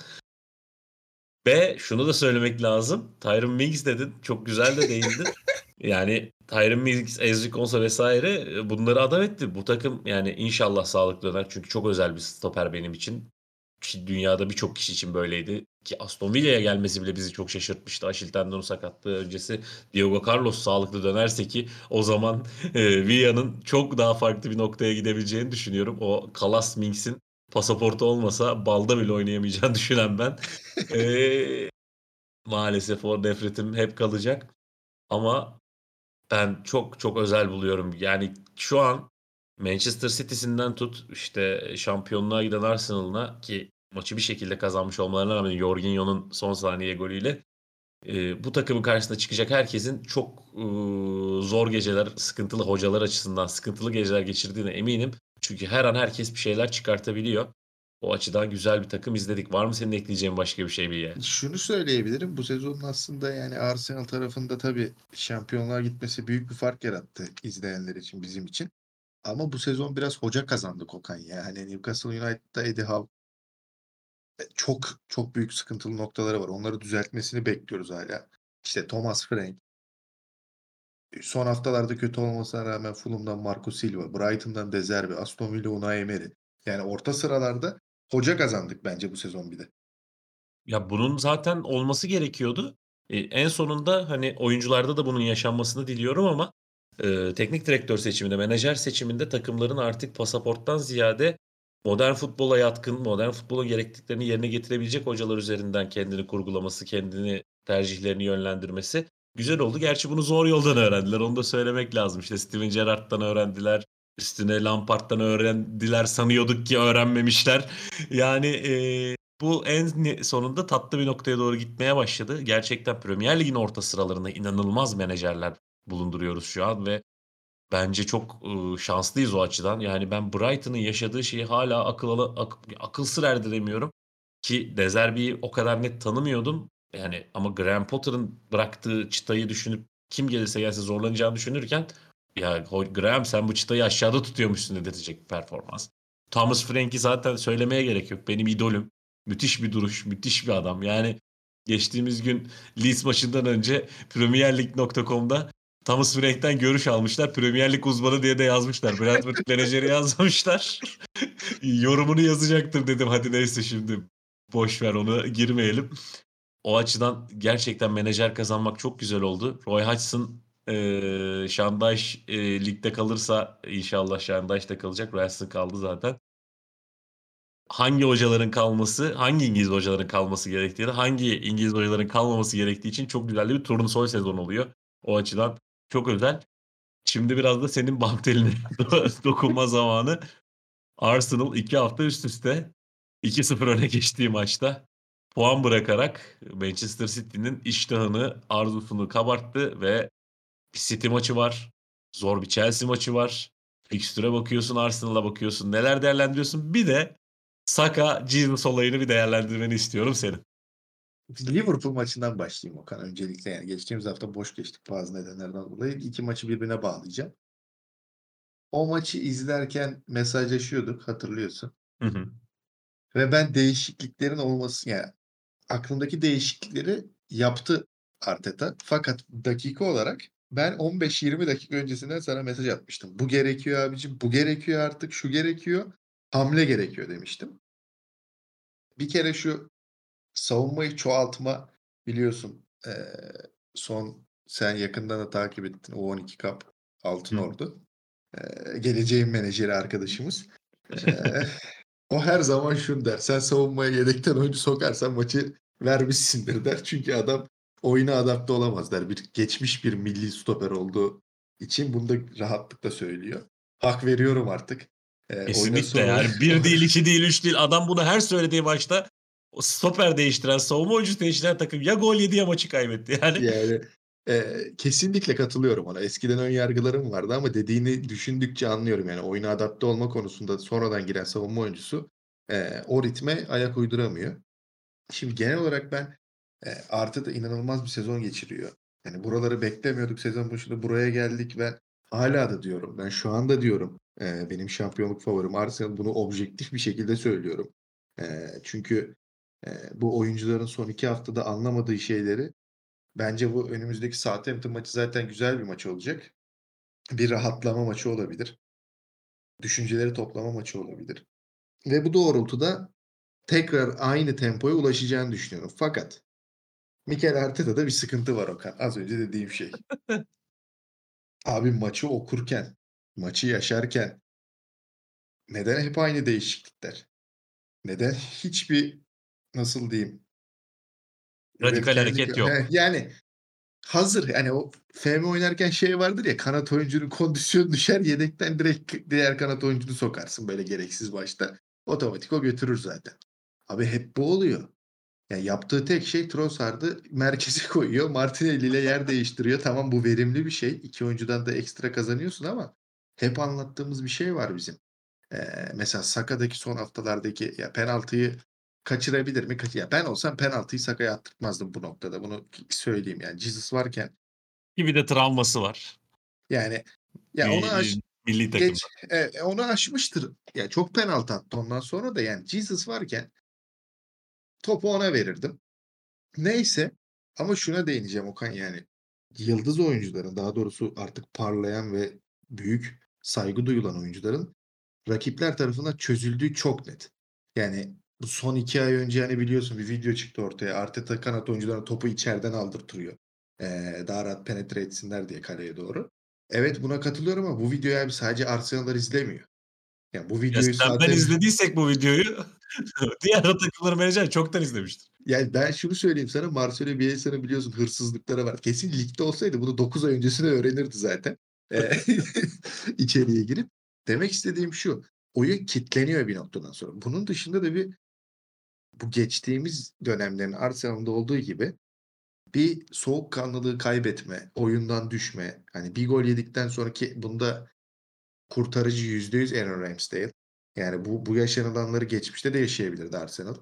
Ve şunu da söylemek lazım. Tyron Mings dedin. Çok güzel de değindin. Yani Tyron Mings, Ezri Konsa vesaire bunları adam etti. Bu takım yani inşallah sağlıklı döner. Çünkü çok özel bir stoper benim için. Ki dünyada birçok kişi için böyleydi. Ki Aston Villa'ya gelmesi bile bizi çok şaşırtmıştı. Achilles tendonu sakatlığı öncesi Diego Carlos sağlıklı dönerse, ki o zaman Villa'nın çok daha farklı bir noktaya gidebileceğini düşünüyorum. O Kalas Mings'in pasaportu olmasa balda bile oynayamayacağını düşünen ben. Eee, Maalesef o nefretim hep kalacak. Ama ben çok çok özel buluyorum. Yani şu an Manchester City'sinden tut işte şampiyonluğa giden Arsenal'ına, ki maçı bir şekilde kazanmış olmalarına rağmen Jorginho'nun son saniye golüyle bu takımın karşısına çıkacak herkesin çok zor geceler, sıkıntılı hocalar açısından sıkıntılı geceler geçirdiğine eminim. Çünkü her an herkes bir şeyler çıkartabiliyor. O açıdan güzel bir takım izledik. Var mı senin ekleyeceğin başka bir şey, bir yer? Şunu söyleyebilirim. Bu sezonun aslında yani Arsenal tarafında tabii şampiyonluğa gitmesi büyük bir fark yarattı izleyenler için, bizim için. Ama bu sezon biraz hoca kazandı Kokan ya. Hani Newcastle United'da Eddie Howe çok çok büyük sıkıntılı noktaları var. Onları düzeltmesini bekliyoruz hala. İşte Thomas Frank, son haftalarda kötü olmasına rağmen Fulham'dan Marco Silva, Brighton'dan De Zerbi, Aston Villa Unai Emery. Yani orta sıralarda hoca kazandık bence bu sezon bir de. Ya bunun zaten olması gerekiyordu. En sonunda hani oyuncularda da bunun yaşanmasını diliyorum ama teknik direktör seçiminde, menajer seçiminde takımların artık pasaporttan ziyade modern futbola yatkın, modern futbolun gerekliliklerini yerine getirebilecek hocalar üzerinden kendini kurgulaması, kendini, tercihlerini yönlendirmesi güzel oldu. Gerçi bunu zor yoldan öğrendiler. Onu da söylemek lazım. İşte Steven Gerrard'dan öğrendiler. Üstüne Lampard'dan öğrendiler. Sanıyorduk ki öğrenmemişler. Yani bu en sonunda tatlı bir noktaya doğru gitmeye başladı. Gerçekten Premier Lig'in orta sıralarında inanılmaz menajerler bulunduruyoruz şu an ve bence çok şanslıyız o açıdan. Yani ben Brighton'ın yaşadığı şeyi hala akıl sır erdiremiyorum. Ki De Zerbi'yi o kadar net tanımıyordum. Yani ama Graham Potter'ın bıraktığı çıtayı düşünüp kim gelirse gelse zorlanacağını düşünürken, ya Graham sen bu çıtayı aşağıda tutuyormuşsun dedirtecek bir performans. Thomas Frank'i zaten söylemeye gerek yok. Benim idolüm. Müthiş bir duruş, müthiş bir adam. Yani geçtiğimiz gün Leeds maçından önce PremierLeague.com'da Thomas Frank'ten görüş almışlar. Premier Lig uzmanı diye de yazmışlar. Brentford menajeri yazmışlar. Yorumunu yazacaktır dedim. Hadi neyse şimdi boş ver onu girmeyelim. O açıdan gerçekten menajer kazanmak çok güzel oldu. Roy Hodgson Şandaş ligde kalırsa inşallah Şandaş da kalacak. Roy Hodgson kaldı zaten. Hangi hocaların kalması, hangi İngiliz hocaların kalması gerektiği, hangi İngiliz hocaların kalmaması gerektiği için çok güzel bir turnusol sezon oluyor. O açıdan çok özel. Şimdi biraz da senin bant eline dokunma zamanı. Arsenal 2 hafta üst üste 2-0 öne geçtiği maçta puan bırakarak Manchester City'nin iştahını, arzusunu kabarttı ve bir City maçı var. Zor bir Chelsea maçı var. Fikstüre bakıyorsun, Arsenal'a bakıyorsun. Neler değerlendiriyorsun? Bir de Saka, Jesus olayını bir değerlendirmeni istiyorum senin. Liverpool maçından başlayayım Okan. Öncelikle yani geçtiğimiz hafta boş geçtik bazı nedenlerden dolayı. İki maçı birbirine bağlayacağım. O maçı izlerken mesajlaşıyorduk hatırlıyorsun. Hı hı. Ve ben değişikliklerin olması yani aklımdaki değişiklikleri yaptı Arteta. Fakat dakika olarak ben 15-20 dakika öncesinden sana mesaj atmıştım. Bu gerekiyor abicim, bu gerekiyor artık, şu gerekiyor, hamle gerekiyor demiştim. Bir kere şu savunmayı çoğaltma biliyorsun. Son sen yakından da takip ettin o 12 Cup Altın Hı. Ordu. Geleceğin menajeri arkadaşımız. Eee, O her zaman şunu der. Sen savunmaya yedekten oyuncu sokarsan maçı vermişsindir der. Çünkü adam oyuna adapte olamaz der. Geçmiş bir milli stoper olduğu için bunu da rahatlıkla söylüyor. Hak veriyorum artık. Oyuna Kesinlikle son yani bir değil, iki değil, üç değil. Adam bunu her söylediği maçta o stoper değiştiren, savunma oyuncusu değiştiren takım ya gol yedi ya maçı kaybetti. Yani yani kesinlikle katılıyorum ona. Eskiden ön yargılarım vardı ama dediğini düşündükçe anlıyorum. Yani oyuna adapte olma konusunda sonradan giren savunma oyuncusu o ritme ayak uyduramıyor. Şimdi genel olarak ben Arteta inanılmaz bir sezon geçiriyor. Yani buraları beklemiyorduk sezon başında buraya geldik ve hala da diyorum. Ben şu anda diyorum benim şampiyonluk favorim Arsenal. Bunu objektif bir şekilde söylüyorum. Çünkü bu oyuncuların son 2 haftada anlamadığı şeyleri bence bu önümüzdeki Southampton maçı zaten güzel bir maç olacak. Bir rahatlama maçı olabilir. Düşünceleri toplama maçı olabilir. Ve bu doğrultuda tekrar aynı tempoya ulaşacağını düşünüyorum. Fakat Mikel Arteta'da bir sıkıntı var Okan. Az önce dediğim şey. Abi maçı okurken, maçı yaşarken neden hep aynı değişiklikler? Neden hiçbir nasıl diyeyim radikal üretkenlik hareket yok. yani hazır yani o FM oynarken şey vardır ya kanat oyuncunun kondisyonu düşer yedekten direkt diğer kanat oyuncunu sokarsın böyle gereksiz başta. Otomatik o götürür zaten. Abi hep bu oluyor. Yani yaptığı tek şey Trossard'ı merkeze koyuyor. Martinelli ile yer değiştiriyor. Tamam bu verimli bir şey. İki oyuncudan da ekstra kazanıyorsun ama hep anlattığımız bir şey var bizim. Mesela Saka'daki son haftalardaki ya penaltıyı kaçırabilir mi? Ya ben olsam penaltıyı Saka'ya attırtmazdım bu noktada. Bunu söyleyeyim yani. Jesus varken Gibi de travması var. yani ya onu Bir, milli takımda. geç onu aşmıştır. Ya çok penaltı attı ondan sonra da yani Jesus varken topu ona verirdim. Neyse ama şuna değineceğim Okan yani yıldız oyuncuların daha doğrusu artık parlayan ve büyük saygı duyulan oyuncuların rakipler tarafından çözüldüğü çok net. Yani bu son 2 ay önce hani biliyorsun bir video çıktı ortaya. Arteta kanat oyuncularına topu içeriden aldırtıyor. Daha rahat penetre etsinler diye kaleye doğru. Evet buna katılıyorum ama bu videoyu abi sadece Arsenal'lar izlemiyor. Yani bu Ya videoyu sen ben zaten izlediysek bu videoyu diğer takımların menajeri çoktan izlemiştir. yani ben şunu söyleyeyim sana, Marcelo Bielsa'nın biliyorsun hırsızlıkları var. Kesin ligde olsaydı bunu 9 ay öncesine öğrenirdi zaten. Eee, içeriye girip. Demek istediğim şu, oyun kilitleniyor bir noktadan sonra. Bunun dışında da bu geçtiğimiz dönemlerin Arsenal'da olduğu gibi bir soğukkanlılığı kaybetme, oyundan düşme. Hani bir gol yedikten sonraki bunda kurtarıcı %100 Aaron Ramsdale. Yani bu yaşanılanları geçmişte de yaşayabilirdi Arsenal.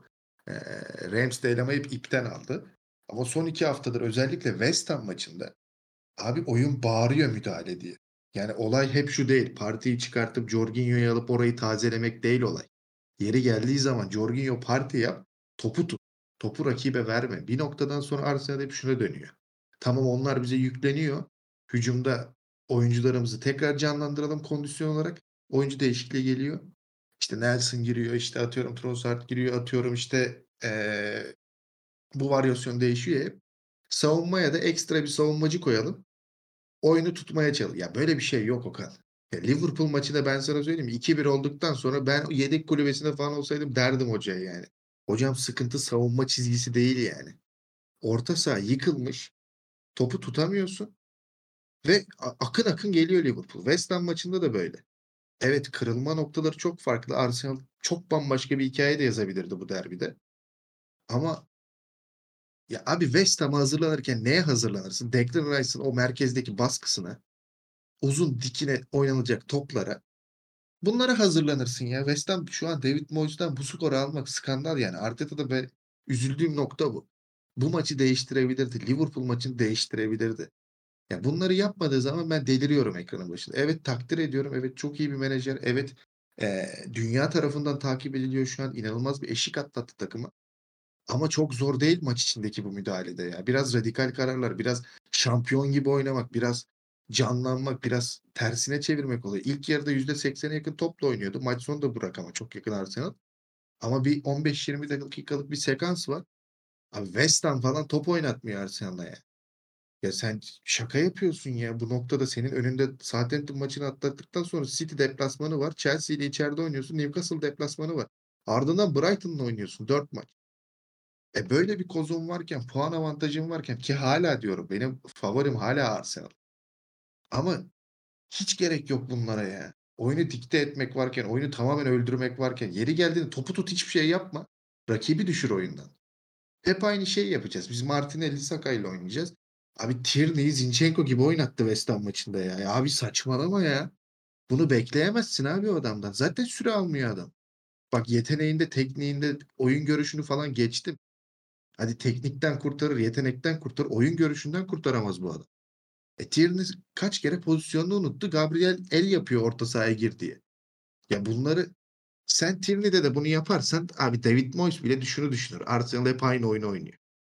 Ramsdale ama hep ipten aldı. Ama son 2 haftadır özellikle West Ham maçında abi oyun bağırıyor müdahale diye. Yani olay hep şu değil. Partiyi çıkartıp Jorginho'yu alıp orayı tazelemek değil olay. Yeri geldiği zaman Jorginho parti yap, topu tut. Topu rakibe verme. Bir noktadan sonra Arsenal hep şuna dönüyor. Tamam onlar bize yükleniyor. Hücumda oyuncularımızı tekrar canlandıralım kondisyon olarak. Oyuncu değişikliği geliyor. İşte Nelson giriyor, işte atıyorum Trossard giriyor, atıyorum işte bu varyasyon değişiyor hep. Savunmaya da ekstra bir savunmacı koyalım. Oyunu tutmaya Ya, böyle bir şey yok Okan. Ya, Liverpool maçında ben sana söyleyeyim mi? 2-1 olduktan sonra ben yedek kulübesinde falan olsaydım derdim hocaya yani. "Hocam sıkıntı savunma çizgisi değil yani. Orta saha yıkılmış, topu tutamıyorsun ve akın akın geliyor Liverpool." West Ham maçında da böyle. Evet, kırılma noktaları çok farklı. Arsenal çok bambaşka bir hikâye de yazabilirdi bu derbide ama ya, abi West Ham'a hazırlanırken neye hazırlanırsın? Declan Rice'ın o merkezdeki baskısına, uzun dikine oynanacak toplara. Bunlara hazırlanırsın ya. West Ham şu an David Moyes'tan bu skoru almak skandal yani. Arteta'da üzüldüğüm nokta bu. Bu maçı değiştirebilirdi. Liverpool maçını değiştirebilirdi. Ya bunları yapmadığı zaman ben deliriyorum ekranın başında. Evet takdir ediyorum. Evet çok iyi bir menajer. Evet dünya tarafından takip ediliyor şu an. İnanılmaz bir eşik atlattı takıma. Ama çok zor değil maç içindeki bu müdahalede ya. Biraz radikal kararlar, biraz şampiyon gibi oynamak, biraz canlanmak, biraz tersine çevirmek oluyor. İlk yarıda %80'e yakın topla oynuyordu. Maç sonu da bu rakama çok yakın Arsenal. Ama bir 15-20 dakikalık bir sekans var. Abi West Ham falan top oynatmıyor Arsenal'a ya. Ya sen şaka yapıyorsun ya. Bu noktada senin önünde Southampton maçını atlattıktan sonra City deplasmanı var. Chelsea ile içeride oynuyorsun. Newcastle deplasmanı var. Ardından Brighton'la oynuyorsun 4 maç. Böyle bir kozum varken, puan avantajım varken ki hala diyorum benim favorim hala Arsenal. Ama hiç gerek yok bunlara ya. Oyunu dikte etmek varken, oyunu tamamen öldürmek varken, yeri geldiğinde topu tut hiçbir şey yapma. Rakibi düşür oyundan. Hep aynı şeyi yapacağız. Biz Martinelli, Saka ile oynayacağız. Abi Tierney'i Zinchenko gibi oynattı West Ham maçında ya. Ya abi saçmalama ya. Bunu bekleyemezsin abi o adamdan. Zaten süre almıyor adam. Bak yeteneğinde, tekniğinde, oyun görüşünü falan geçtim. Hadi teknikten kurtarır, yetenekten kurtarır, oyun görüşünden kurtaramaz bu adam. Tierney kaç kere pozisyonunu unuttu. Gabriel el yapıyor orta sahaya gir diye. Ya bunları sen Tierney'de de bunu yaparsan abi David Moyes bile şunu düşünür. Arsenal hep aynı oyunu oynuyor.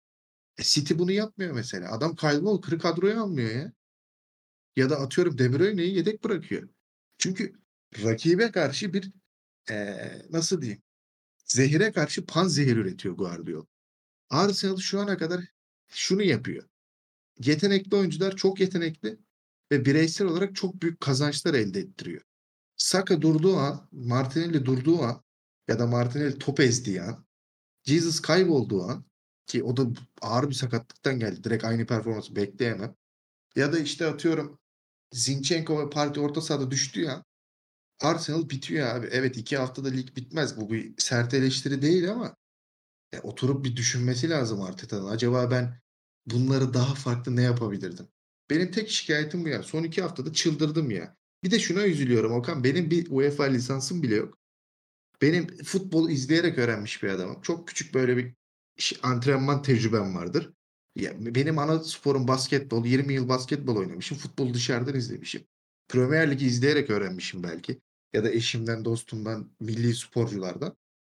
City bunu yapmıyor mesela. Adam Kyle Walker'ı kadroya almıyor ya. Ya da atıyorum De Bruyne'yi yedek bırakıyor. Çünkü rakibe karşı bir nasıl diyeyim? Zehire karşı panzehir üretiyor Guardiola. Arsenal şu ana kadar şunu yapıyor. Yetenekli oyuncular çok yetenekli ve bireysel olarak çok büyük kazançlar elde ettiriyor. Saka durduğu an, Martinelli durduğu an ya da Martinelli top ezdiği an, Jesus kaybolduğu an ki o da ağır bir sakatlıktan geldi. Direkt aynı performansı bekleyemem. Ya da işte atıyorum Zinchenko ve Partey orta sahada düştüğü an Arsenal bitiyor abi. Evet 2 haftada lig bitmez. Bu bir sert eleştiri değil ama oturup bir düşünmesi lazım Arteta'nın. Acaba ben bunları daha farklı ne yapabilirdim? Benim tek şikayetim bu ya. Son 2 haftada çıldırdım ya. Bir de şuna üzülüyorum Okan. Benim bir UEFA lisansım bile yok. Benim futbolu izleyerek öğrenmiş bir adamım. Çok küçük böyle bir antrenman tecrübem vardır. Ya, benim ana sporum basketbol. 20 yıl basketbol oynamışım. Futbolu dışarıdan izlemişim. Premier Lig'i izleyerek öğrenmişim belki. Ya da eşimden, dostumdan, milli sporculardan.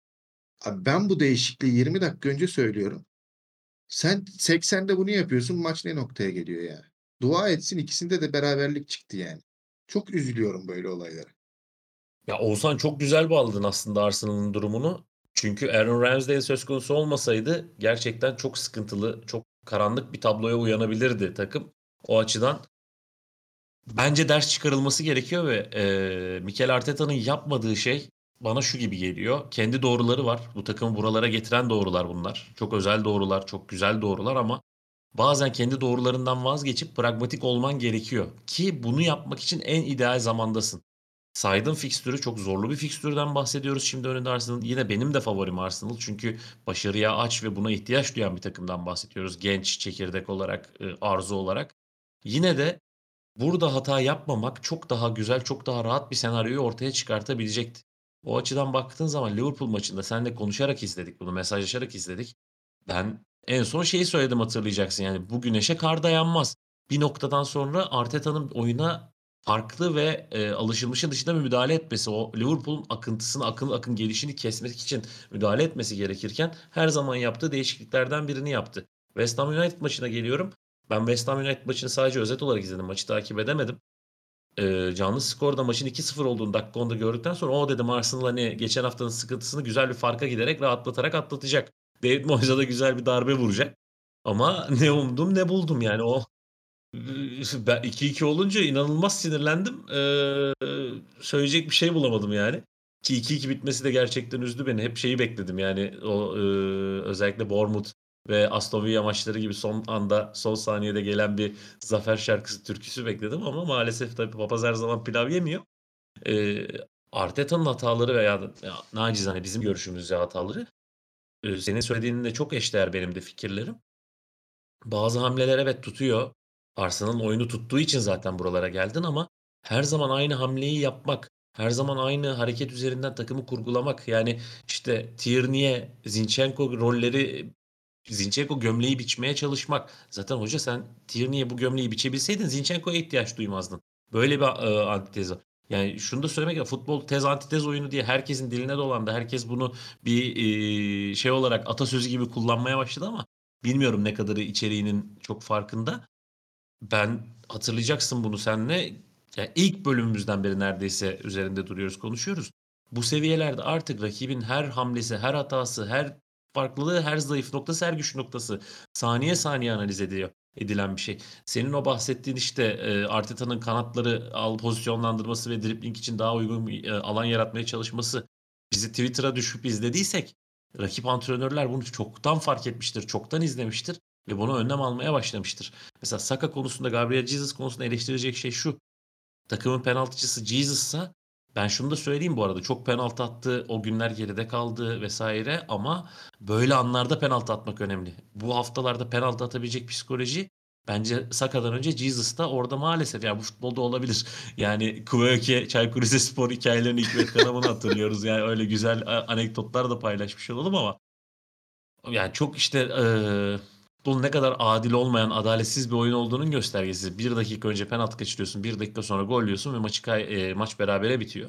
Abi ben bu değişikliği 20 dakika önce söylüyorum. Sen 80'de bunu yapıyorsun, maç ne noktaya geliyor ya? Dua etsin ikisinde de beraberlik çıktı yani. Çok üzülüyorum böyle olaylara. Ya Oğuzhan çok güzel bağladın aslında Arsenal'ın durumunu. Çünkü Aaron Ramsdale söz konusu olmasaydı gerçekten çok sıkıntılı, çok karanlık bir tabloya uyanabilirdi takım. O açıdan bence ders çıkarılması gerekiyor ve Mikel Arteta'nın yapmadığı şey bana şu gibi geliyor. Kendi doğruları var. Bu takımı buralara getiren doğrular bunlar. Çok özel doğrular, çok güzel doğrular ama bazen kendi doğrularından vazgeçip pragmatik olman gerekiyor. Ki bunu yapmak için en ideal zamandasın. Saydığım fikstürü çok zorlu bir fikstürden bahsediyoruz. Şimdi önünde Arsenal. Yine benim de favorim Arsenal. Çünkü başarıya aç ve buna ihtiyaç duyan bir takımdan bahsediyoruz. Genç, çekirdek olarak, arzu olarak. Yine de burada hata yapmamak çok daha güzel, çok daha rahat bir senaryoyu ortaya çıkartabilecekti. O açıdan baktığın zaman Liverpool maçında seninle konuşarak izledik bunu, mesajlaşarak izledik. Ben en son şeyi söyledim hatırlayacaksın yani bu güneşe kar dayanmaz. Bir noktadan sonra Arteta'nın oyuna farklı ve, alışılmışın dışında bir müdahale etmesi, o Liverpool'un akıntısını, akın akın gelişini kesmek için müdahale etmesi gerekirken her zaman yaptığı değişikliklerden birini yaptı. West Ham United maçına geliyorum. Ben West Ham United maçını sadece özet olarak izledim. Maçı takip edemedim. Canlı skorda maçın 2-0 olduğunu dakika 10'da gördükten sonra o dedim Arsenal hani geçen haftanın sıkıntısını güzel bir farka giderek rahatlatarak atlatacak. David Moyes'a da güzel bir darbe vuracak. Ama ne umdum ne buldum yani o ben 2-2 olunca inanılmaz sinirlendim. Söyleyecek bir şey bulamadım yani. Ki 2-2 bitmesi de gerçekten üzdü beni. Hep şeyi bekledim yani o özellikle Bournemouth ve Aston Villa maçları gibi son anda son saniyede gelen bir zafer şarkısı türküsü bekledim ama maalesef tabii papaz her zaman pilav yemiyor. Eee, Arteta'nın hataları veya ya, nacizane bizim görüşümüzce hataları senin söylediğinle çok eşdeğer benim de fikirlerim. Bazı hamleler evet tutuyor. Arsenal'ın oyunu tuttuğu için zaten buralara geldin ama her zaman aynı hamleyi yapmak, her zaman aynı hareket üzerinden takımı kurgulamak, yani işte Tierney'e, Zinchenko rolleri Zinchenko gömleği biçmeye çalışmak. Zaten hoca sen Tierney'e bu gömleği biçebilseydin Zinchenko'ya ihtiyaç duymazdın. Böyle bir antitez. Yani şunu da söylemek ya futbol tez antitez oyunu diye herkesin diline dolandı. Herkes bunu bir şey olarak atasözü gibi kullanmaya başladı ama bilmiyorum ne kadarı içeriğinin çok farkında. Ben hatırlayacaksın bunu senle. Ya ilk bölümümüzden beri neredeyse üzerinde duruyoruz, konuşuyoruz. Bu seviyelerde artık rakibin her hamlesi, her hatası, her farklılığı, her zayıf noktası, her güç noktası saniye saniye analiz edilen bir şey. Senin o bahsettiğin işte Arteta'nın kanatları pozisyonlandırması ve dribling için daha uygun bir alan yaratmaya çalışması bizi Twitter'a düşüp izlediysek rakip antrenörler bunu çoktan fark etmiştir, çoktan izlemiştir ve bunu önlem almaya başlamıştır. Mesela Saka konusunda, Gabriel Jesus konusunda eleştirecek şey şu. Takımın penaltıcısı Jesus'sa ben şunu da söyleyeyim bu arada. Çok penaltı attı. O günler geride kaldı vesaire ama böyle anlarda penaltı atmak önemli. Bu haftalarda penaltı atabilecek psikoloji bence Saka'dan önce Jesus'ta orada maalesef yani bu futbolda olabilir. Yani Kuveyke, Çaykur Rizespor hikayelerini Hikmet Karaman'ı hatırlıyoruz. Yani öyle güzel anekdotlar da paylaşmış olalım ama yani çok işte futbolun ne kadar adil olmayan, adaletsiz bir oyun olduğunun göstergesi. Bir dakika önce penaltı kaçırıyorsun, bir dakika sonra gol yiyorsun ve maç berabere bitiyor.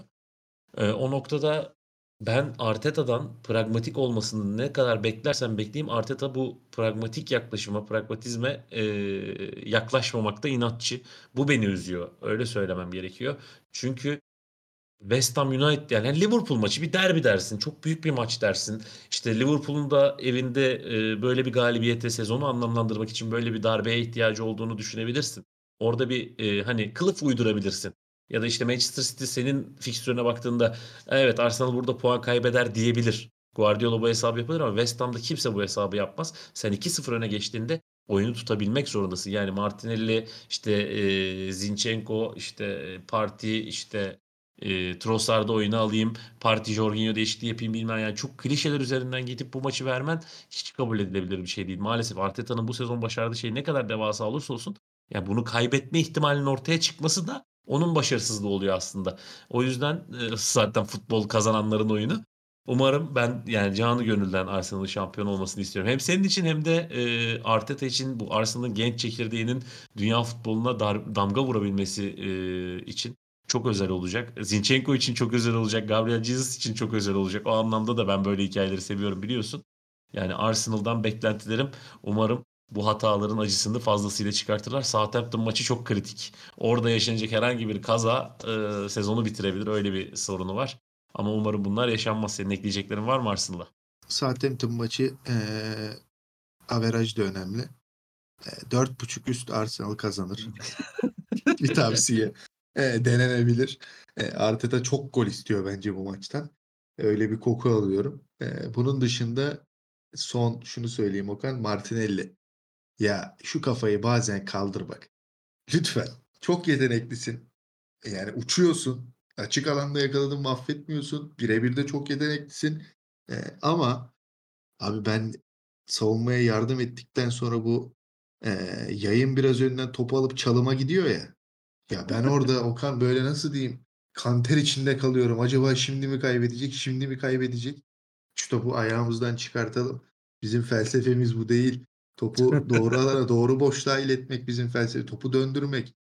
O noktada ben Arteta'dan pragmatik olmasını ne kadar beklersem bekleyeyim Arteta bu pragmatik yaklaşıma, pragmatizme yaklaşmamakta inatçı. Bu beni üzüyor. Öyle söylemem gerekiyor. Çünkü West Ham United yani Liverpool maçı bir derbi dersin. Çok büyük bir maç dersin. İşte Liverpool'un da evinde böyle bir galibiyete sezonu anlamlandırmak için böyle bir darbeye ihtiyacı olduğunu düşünebilirsin. Orada bir hani kılıf uydurabilirsin. Ya da işte Manchester City senin fikstürüne baktığında evet Arsenal burada puan kaybeder diyebilir. Guardiola bu hesabı yapabilir ama West Ham'da kimse bu hesabı yapmaz. Sen 2-0 öne geçtiğinde oyunu tutabilmek zorundasın. Yani Martinelli, işte Zinchenko, işte Partey, işte Trossard'ı oyuna alayım, Partey Jorginho değişikliği yapayım bilmem yani çok klişeler üzerinden gidip bu maçı vermen hiç kabul edilebilir bir şey değil. Maalesef Arteta'nın bu sezon başardığı şey ne kadar devasa olursa olsun yani bunu kaybetme ihtimalinin ortaya çıkması da onun başarısızlığı oluyor aslında. O yüzden zaten futbol kazananların oyunu. Umarım ben yani canı gönülden Arsenal'ın şampiyon olmasını istiyorum. Hem senin için hem de Arteta için bu Arsenal'ın genç çekirdeğinin dünya futboluna damga vurabilmesi için çok özel olacak. Zinchenko için çok özel olacak. Gabriel Jesus için çok özel olacak. O anlamda da ben böyle hikayeleri seviyorum biliyorsun. Yani Arsenal'dan beklentilerim umarım bu hataların acısını fazlasıyla çıkartırlar. Southampton maçı çok kritik. Orada yaşanacak herhangi bir kaza sezonu bitirebilir. Öyle bir sorunu var. Ama umarım bunlar yaşanmaz. Senin ekleyeceklerin var mı Arsenal'a? Southampton maçı averaj da önemli. 4.5 üst Arsenal kazanır. Bir tavsiye. Denenebilir. Arteta çok gol istiyor bence bu maçtan. Öyle bir koku alıyorum. Bunun dışında son şunu söyleyeyim Okan. Martinelli. Ya şu kafayı bazen kaldır bak. Lütfen. Çok yeteneklisin. Yani uçuyorsun. Açık alanda yakaladın mahvetmiyorsun. Birebir de çok yeteneklisin. Ama abi ben savunmaya yardım ettikten sonra bu yayın biraz önünden topu alıp çalıma gidiyor ya. Ya ben orada Okan böyle nasıl diyeyim? Kanter içinde kalıyorum. Acaba şimdi mi kaybedecek, şimdi mi kaybedecek? Şu topu ayağımızdan çıkartalım. Bizim felsefemiz bu değil. Topu doğru alana, doğru boşluğa iletmek bizim felsefe. Topu döndürmek.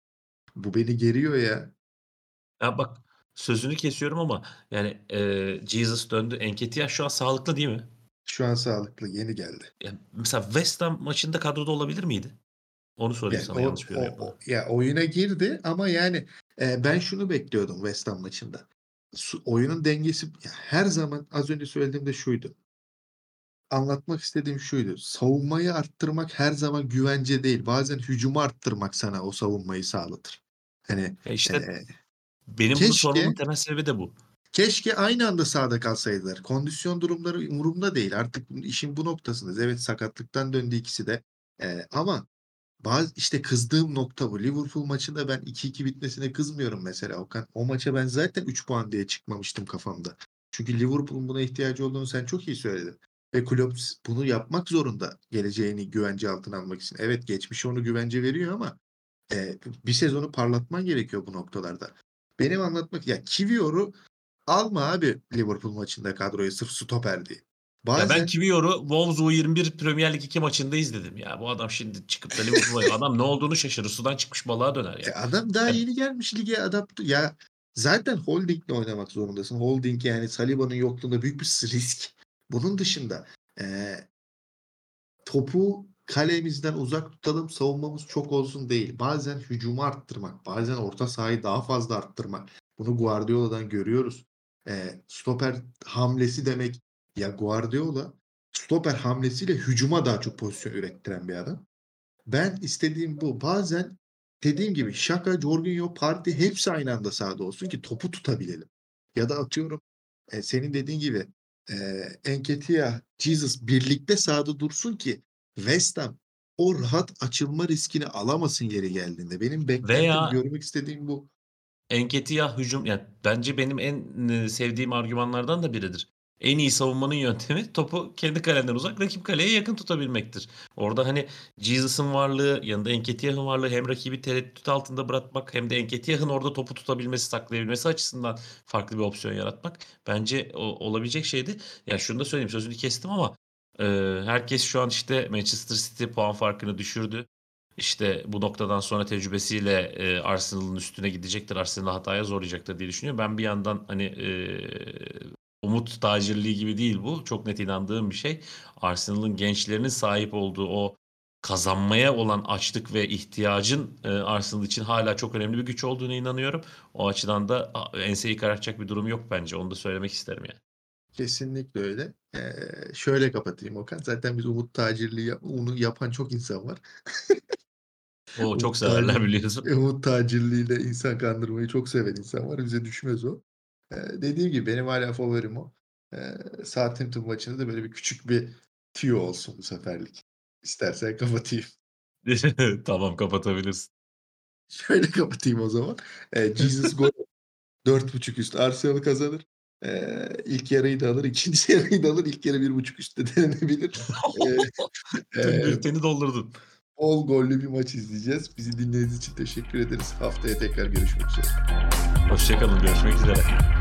Bu beni geriyor ya. Ya, bak, sözünü kesiyorum ama yani, Jesus döndü. Nketiah şu an sağlıklı değil mi? Şu an sağlıklı, yeni geldi. Ya, mesela West Ham maçında kadroda olabilir miydi? Onu sorayım Yani sana yanlış bir yorum yapmadan. ya oyuna girdi ama yani, ben şunu bekliyordum West Ham maçında. Oyunun dengesi ya her zaman az önce söylediğim de şuydu. Anlatmak istediğim şuydu. Savunmayı arttırmak her zaman güvence değil. Bazen hücumu arttırmak sana o savunmayı sağlatır. Hani, Ya, işte, eee, benim bunu sormamın keşke temel sebebi de bu. keşke aynı anda sahada kalsaydılar. Kondisyon durumları umurumda değil. Artık işin bu noktasındayız. Evet, sakatlıktan döndü ikisi de. Ama işte kızdığım nokta bu. Liverpool maçında ben 2-2 bitmesine kızmıyorum mesela Okan. O maça ben zaten 3 puan diye çıkmamıştım kafamda. Çünkü Liverpool'un buna ihtiyacı olduğunu sen çok iyi söyledin. Ve Klopp bunu yapmak zorunda geleceğini güvence altına almak için. Evet, geçmişi onu güvence veriyor ama bir sezonu parlatman gerekiyor bu noktalarda. Benim anlatmak ya Kiwior'u alma abi Liverpool maçında kadroya sırf stoper diye. Ya, ben Bazen Kiwior'u Wolves U21 Premier Lig 2 maçında izledim ya. Bu adam şimdi çıkıp da Liverpool'a adam ne olduğunu şaşırır. Sudan çıkmış balığa döner ya. Adam daha Ya, yeni gelmiş lige adapte. Ya zaten holdingle oynamak zorundasın. Holding yani Saliba'nın yokluğunda büyük bir risk. Bunun dışında topu kalemizden uzak tutalım, savunmamız çok olsun değil. Bazen hücumu arttırmak, bazen orta sahayı daha fazla arttırmak. Bunu Guardiola'dan görüyoruz. Stoper hamlesi demek ya Guardiola stoper hamlesiyle hücuma daha çok pozisyon ürettiren bir adam. Ben istediğim bu. Bazen dediğim gibi Xhaka, Jorginho, Partey hepsi aynı anda sahada olsun ki topu tutabilelim. Ya da atıyorum senin dediğin gibi Nketiah, Jesus birlikte sahada dursun ki West Ham o rahat açılma riskini alamasın yeri geldiğinde. Benim beklentim, veya görmek istediğim bu. Nketiah hücum ya, bence benim en, sevdiğim argümanlardan da biridir. En iyi savunmanın yöntemi topu kendi kalenden uzak, rakip kaleye yakın tutabilmektir. Orada, hani, Jesus'ın varlığı, yanında Nketiah'ın varlığı hem rakibi tereddüt altında bırakmak hem de Nketiah'ın orada topu tutabilmesi, saklayabilmesi açısından farklı bir opsiyon yaratmak bence olabilecek şeydi. Ya, şunu da söyleyeyim, sözünü kestim ama, herkes şu an, işte, Manchester City puan farkını düşürdü. İşte, bu noktadan sonra tecrübesiyle, Arsenal'ın üstüne gidecektir, Arsenal'ı hataya zorlayacaktır diye düşünüyorum. Ben bir yandan, hani, umut tacirliği gibi değil bu. Çok net inandığım bir şey. Arsenal'ın gençlerinin sahip olduğu o kazanmaya olan açlık ve ihtiyacın, Arsenal için hâlâ çok önemli bir güç olduğuna inanıyorum. O açıdan da enseyi karartacak bir durum yok bence. Onu da söylemek isterim yani. Kesinlikle öyle. Şöyle kapatayım Okan. Zaten biz umut tacirliği onu yapan çok insan var. O çok Umut severler biliyorsun. umut tacirliğiyle insan kandırmayı çok seven insan var. Bize düşmez o. Dediğim gibi benim hala favorim o. Southampton maçında da böyle bir küçük bir tüyo olsun bu seferlik. İstersen kapatayım. Tamam, kapatabilirsin. Şöyle kapatayım o zaman. Jesus gol 4.5 üst. Arsenal kazanır. İlk yarıyı da alır, ikinci yarıyı da alır. İlk yarı 1.5 üstte denenebilir. Eee, Tüm eee, bülteni doldurdun. bol gollü bir maç izleyeceğiz. Bizi dinlediğiniz için teşekkür ederiz. Haftaya tekrar görüşmek üzere. Hoşça kalın, görüşmek üzere.